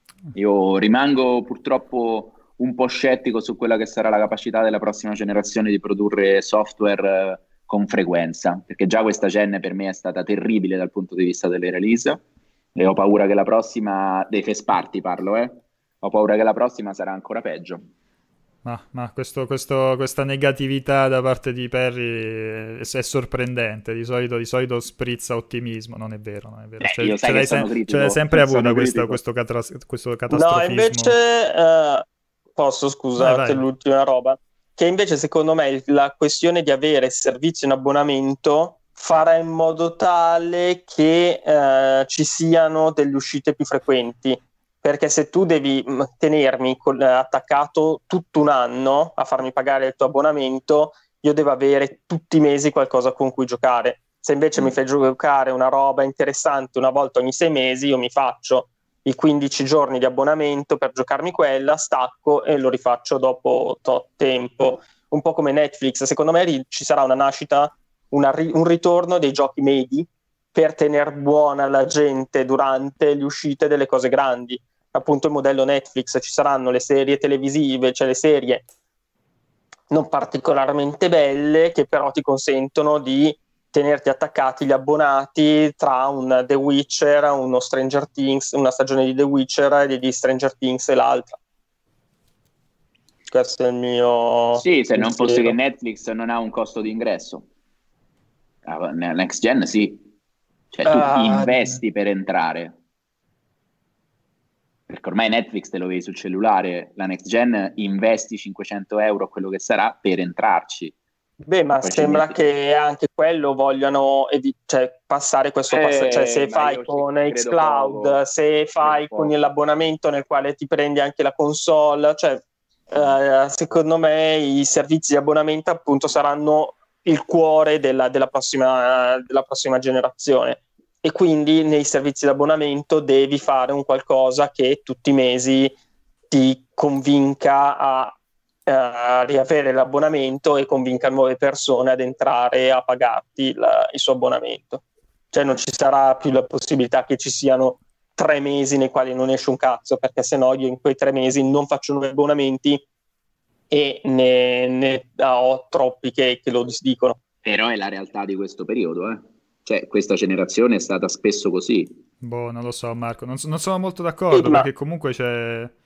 Io rimango purtroppo un po' scettico su quella che sarà la capacità della prossima generazione di produrre software eh, con frequenza, perché già questa gen per me è stata terribile dal punto di vista delle release e ho paura che la prossima, dei first party parlo, eh, ho paura che la prossima sarà ancora peggio. Ma, ma questo, questo, questa negatività da parte di Perry è, è sorprendente. Di solito, di solito sprizza ottimismo. Non è vero, non è vero. Eh, Cioè, io ce, sai l'hai che sono sem- ce critico, l'hai sempre avuta sono questa, critico. questo, catras- questo No, catastrofismo. invece eh, posso Vai, scusate vai. l'ultima roba, che invece secondo me il- la questione di avere il servizio in abbonamento farà in modo tale che eh, ci siano delle uscite più frequenti, perché se tu devi mh, tenermi col- attaccato tutto un anno a farmi pagare il tuo abbonamento, io devo avere tutti i mesi qualcosa con cui giocare. Se invece Mm. mi fai giocare una roba interessante una volta ogni sei mesi, io mi faccio i quindici giorni di abbonamento per giocarmi quella, stacco e lo rifaccio dopo tot tempo. Un po' come Netflix, secondo me ri- ci sarà una nascita, una ri- un ritorno dei giochi medi per tenere buona la gente durante le uscite delle cose grandi. Appunto il modello Netflix, ci saranno le serie televisive, cioè le serie non particolarmente belle che però ti consentono di tenerti attaccati gli abbonati tra un The Witcher, uno Stranger Things, una stagione di The Witcher e di Stranger Things e l'altra. Questo è il mio Sì, se non fosse pensiero. che Netflix non ha un costo di ingresso. Ah, nella next gen sì, cioè tu Ah, investi per entrare, perché ormai Netflix te lo vedi sul cellulare, la next gen investi cinquecento euro, quello che sarà, per entrarci. Beh, ma Poi ci sembra metti- che anche quello vogliano evi- cioè, passare questo Eh, passaggio, cioè se ma fai io ci con credo xCloud, poco, se fai credo con poco. l'abbonamento nel quale ti prendi anche la console, cioè eh, secondo me i servizi di abbonamento appunto saranno il cuore della, della prossima, della prossima generazione e quindi nei servizi di abbonamento devi fare un qualcosa che tutti i mesi ti convinca a Uh, riavere l'abbonamento e convinca nuove persone ad entrare a pagarti il, il suo abbonamento. Cioè non ci sarà più la possibilità che ci siano tre mesi nei quali non esce un cazzo, perché sennò io in quei tre mesi non faccio nuovi abbonamenti e ne, ne ho troppi che, che lo disdicono. Però è la realtà di questo periodo, eh. Cioè questa generazione è stata spesso così. Boh, non lo so, Marco. Non, so- non sono molto d'accordo Eh, ma perché comunque c'è.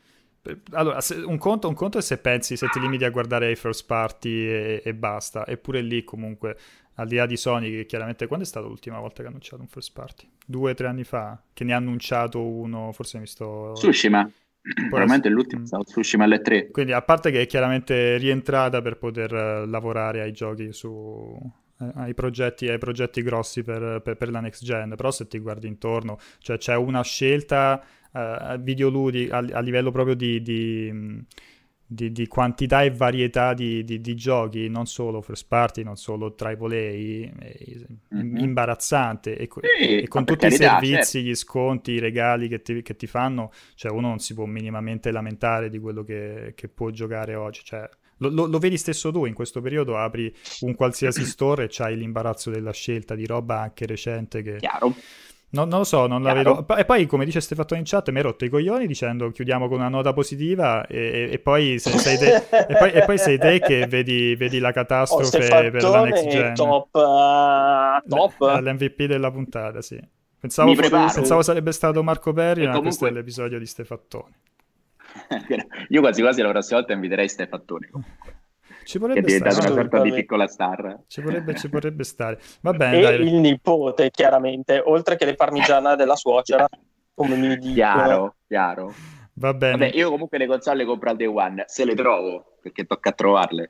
allora, se, un, conto, un conto è se pensi, se ti limiti a guardare i first party e, e basta, eppure lì comunque, al di là di Sony, che chiaramente, quando è stata l'ultima volta che ha annunciato un first party? Due o tre anni fa? Che ne ha annunciato uno, forse mi sto... Tsushima, probabilmente l'ultimo è mm. stato Tsushima alle tre. Quindi, a parte che è chiaramente rientrata per poter uh, lavorare ai giochi su... ai progetti, ai progetti grossi per, per, per la next gen, però se ti guardi intorno, cioè c'è una scelta uh, videoludi a, a livello proprio di, di, di, di quantità e varietà di, di, di giochi, non solo first party, non solo tripla A, mm-hmm. imbarazzante, e, sì, e con tutti carità, i servizi, certo. gli sconti, i regali che ti, che ti fanno, cioè uno non si può minimamente lamentare di quello che, che può giocare oggi, cioè Lo, lo, lo vedi stesso tu, in questo periodo apri un qualsiasi store e c'hai l'imbarazzo della scelta di roba anche recente che... Chiaro. No, non lo so, non la vedo... E poi, come dice Stefattone in chat, mi hai rotto i coglioni dicendo chiudiamo con una nota positiva e, e, poi, se, sei te, e, poi, e poi sei te che vedi, vedi la catastrofe oh, per la next gen. Top, uh, top. L'M V P della puntata, sì. Pensavo, Mi preparo. pensavo sarebbe stato Marco Perri, ma comunque... questo è l'episodio di Stefattone. Io quasi quasi la prossima volta inviterei Stefattone comunque. Ci vorrebbe che è diventata stare, una sorta di piccola star. Ci vorrebbe, ci vorrebbe stare. Va bene, e dai. Il nipote, chiaramente, oltre che le parmigiane della suocera, come mi dicono. Chiaro, chiaro. Va bene. Vabbè, io comunque le console le compro al day one, se le trovo, perché tocca a trovarle.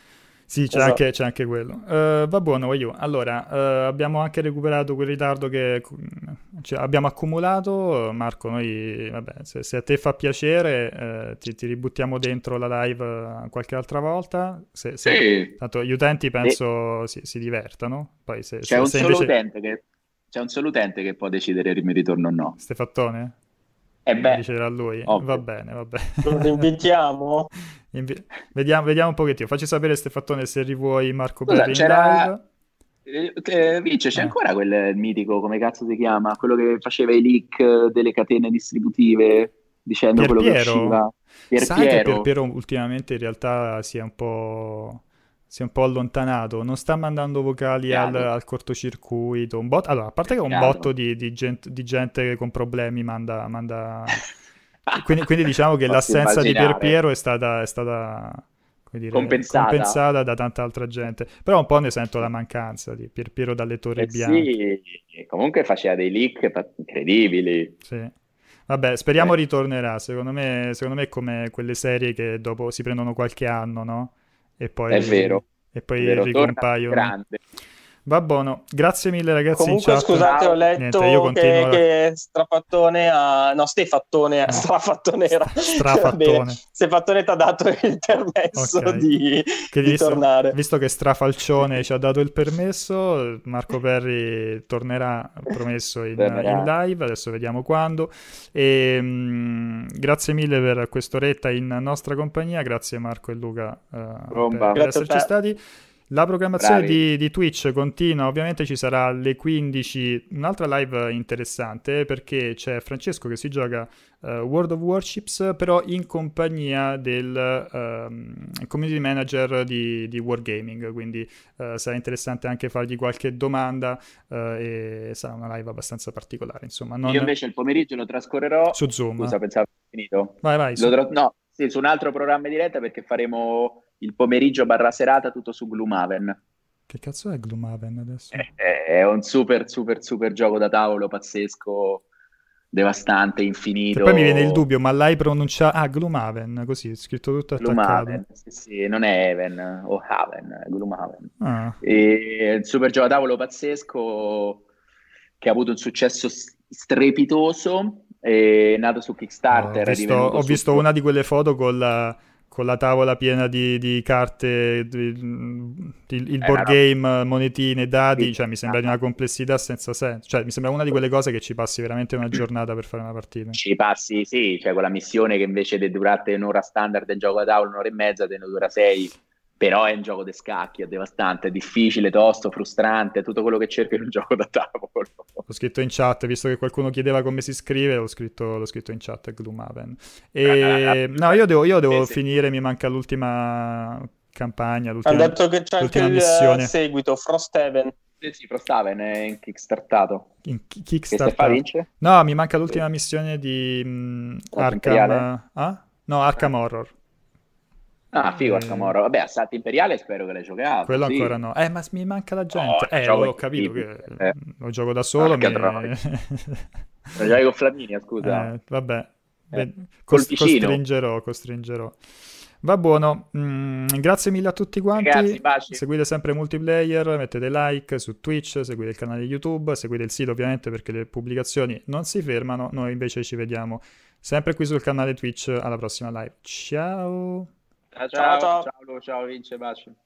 Sì, c'è, esatto. anche, c'è anche quello. Uh, va buono, io. Allora, uh, abbiamo anche recuperato quel ritardo che cioè, abbiamo accumulato. Marco, noi, vabbè, se, se a te fa piacere, uh, ti, ti ributtiamo dentro la live qualche altra volta. Se, se, sì. Tanto gli utenti penso si, si divertano. Poi se, c'è, se, un se solo invece... utente che, c'è un solo utente che può decidere il mio ritorno o no. Stefattone? Eh beh, deciderà lui. Ovvio. Va bene, va bene. Lo invitiamo? Invi- vediamo, vediamo un pochettino. Facci sapere, Stefattone, se rivuoi Marco Scusa, Perri in c'era... live. Eh, Vince, c'è eh. ancora quel mitico, come cazzo si chiama? Quello che faceva i leak delle catene distributive dicendo Pier quello Piero? che usciva. Pier Sai Piero. che Pier Piero ultimamente in realtà si è un po'... si è un po' allontanato, non sta mandando vocali al, al cortocircuito. Un bot... Allora, a parte che un Chiaro. botto di, di, gente, di gente con problemi manda... manda... quindi, quindi diciamo che l'assenza di Pier Piero è stata, è stata come dire, compensata. compensata da tanta altra gente. Però un po' ne sento la mancanza di Pier Piero dalle Torri Eh Bianche. sì, comunque faceva dei leak incredibili. Sì. Vabbè, speriamo Eh. ritornerà. Secondo me, secondo me è come quelle serie che dopo si prendono qualche anno, no? E poi, È vero. e poi È vero, ricompaiono. grande. Va buono, grazie mille ragazzi. Comunque in chat. scusate, ho letto Niente, io continuo... che, che Strafattone ha... no, Stefattone, no. Strafattone era... Strafattone. Stefattone ti ha dato il permesso okay. di, che di visto, tornare. Visto che Strafalcione ci ha dato il permesso, Marco Perri tornerà, promesso, in, in live, adesso vediamo quando. E, mh, grazie mille per quest'oretta in nostra compagnia, grazie Marco e Luca uh, per, per esserci stati. La programmazione di, di Twitch continua, ovviamente ci sarà alle quindici un'altra live interessante perché c'è Francesco che si gioca uh, World of Warships, però in compagnia del uh, community manager di, di Wargaming, quindi uh, sarà interessante anche fargli qualche domanda uh, e sarà una live abbastanza particolare. Insomma, non... Io invece il pomeriggio lo trascorrerò su Zoom. Scusa, pensavo finito. Vai, vai. Su... Tra... No, sì, su un altro programma di diretta perché faremo il pomeriggio barra serata tutto su Gloomhaven. Che cazzo è Gloomhaven adesso? È, è un super super super gioco da tavolo pazzesco, devastante, infinito. Che poi mi viene il dubbio, ma l'hai pronunciato... Ah, Gloomhaven, così, è scritto tutto Gloomhaven, attaccato. sì, sì, non è Haven o Haven, è Gloomhaven. Ah. E il super gioco da tavolo pazzesco che ha avuto un successo strepitoso, è nato su Kickstarter. Ho visto, ho su... visto una di quelle foto con la... con la tavola piena di, di carte, di, di, il board game, monetine, dadi, sì, cioè mi sembra di una complessità senza senso, cioè mi sembra una di quelle cose che ci passi veramente una giornata per fare una partita. Ci passi, sì, cioè quella missione che invece di durare un'ora standard del gioco da tavolo, un'ora e mezza, te ne dura sei, però è un gioco di scacchi, è devastante, è difficile, tosto, frustrante, tutto quello che cerchi in un gioco da tavolo. L'ho scritto in chat, visto che qualcuno chiedeva come si scrive, l'ho scritto, l'ho scritto in chat, Gloomhaven. E... no, io devo, io devo sì, finire, sì. Mi manca l'ultima campagna, l'ultima, ha detto che c'è anche il missione. seguito, Frosthaven. Sì, sì, Frosthaven è in kickstartato. In Kickstarter? Che se fa vince? No, mi manca l'ultima missione di um, Arkham. Ah? No, Arkham Horror. Ah, figo, Eh, Arkham Horror. Vabbè, Assalto Imperiale spero che l'hai giocato, Quello sì. ancora no. Eh, ma mi manca la gente. No, Eh, gioco ho capito che incredibile. Eh, lo gioco da solo. porca Mi... troia. Lo giochi con Flaminia, scusa. Eh, vabbè, Eh, Ve- col cos- vicino. costringerò, costringerò. Va buono. Mm, grazie mille a tutti quanti. Ragazzi, baci. Seguite sempre Multiplayer, mettete like su Twitch, seguite il canale YouTube, seguite il sito ovviamente perché le pubblicazioni non si fermano. Noi invece ci vediamo sempre qui sul canale Twitch alla prossima live. Ciao! Ciao, Ciao, ciao, ciao. ciao, ciao, Vince, baci.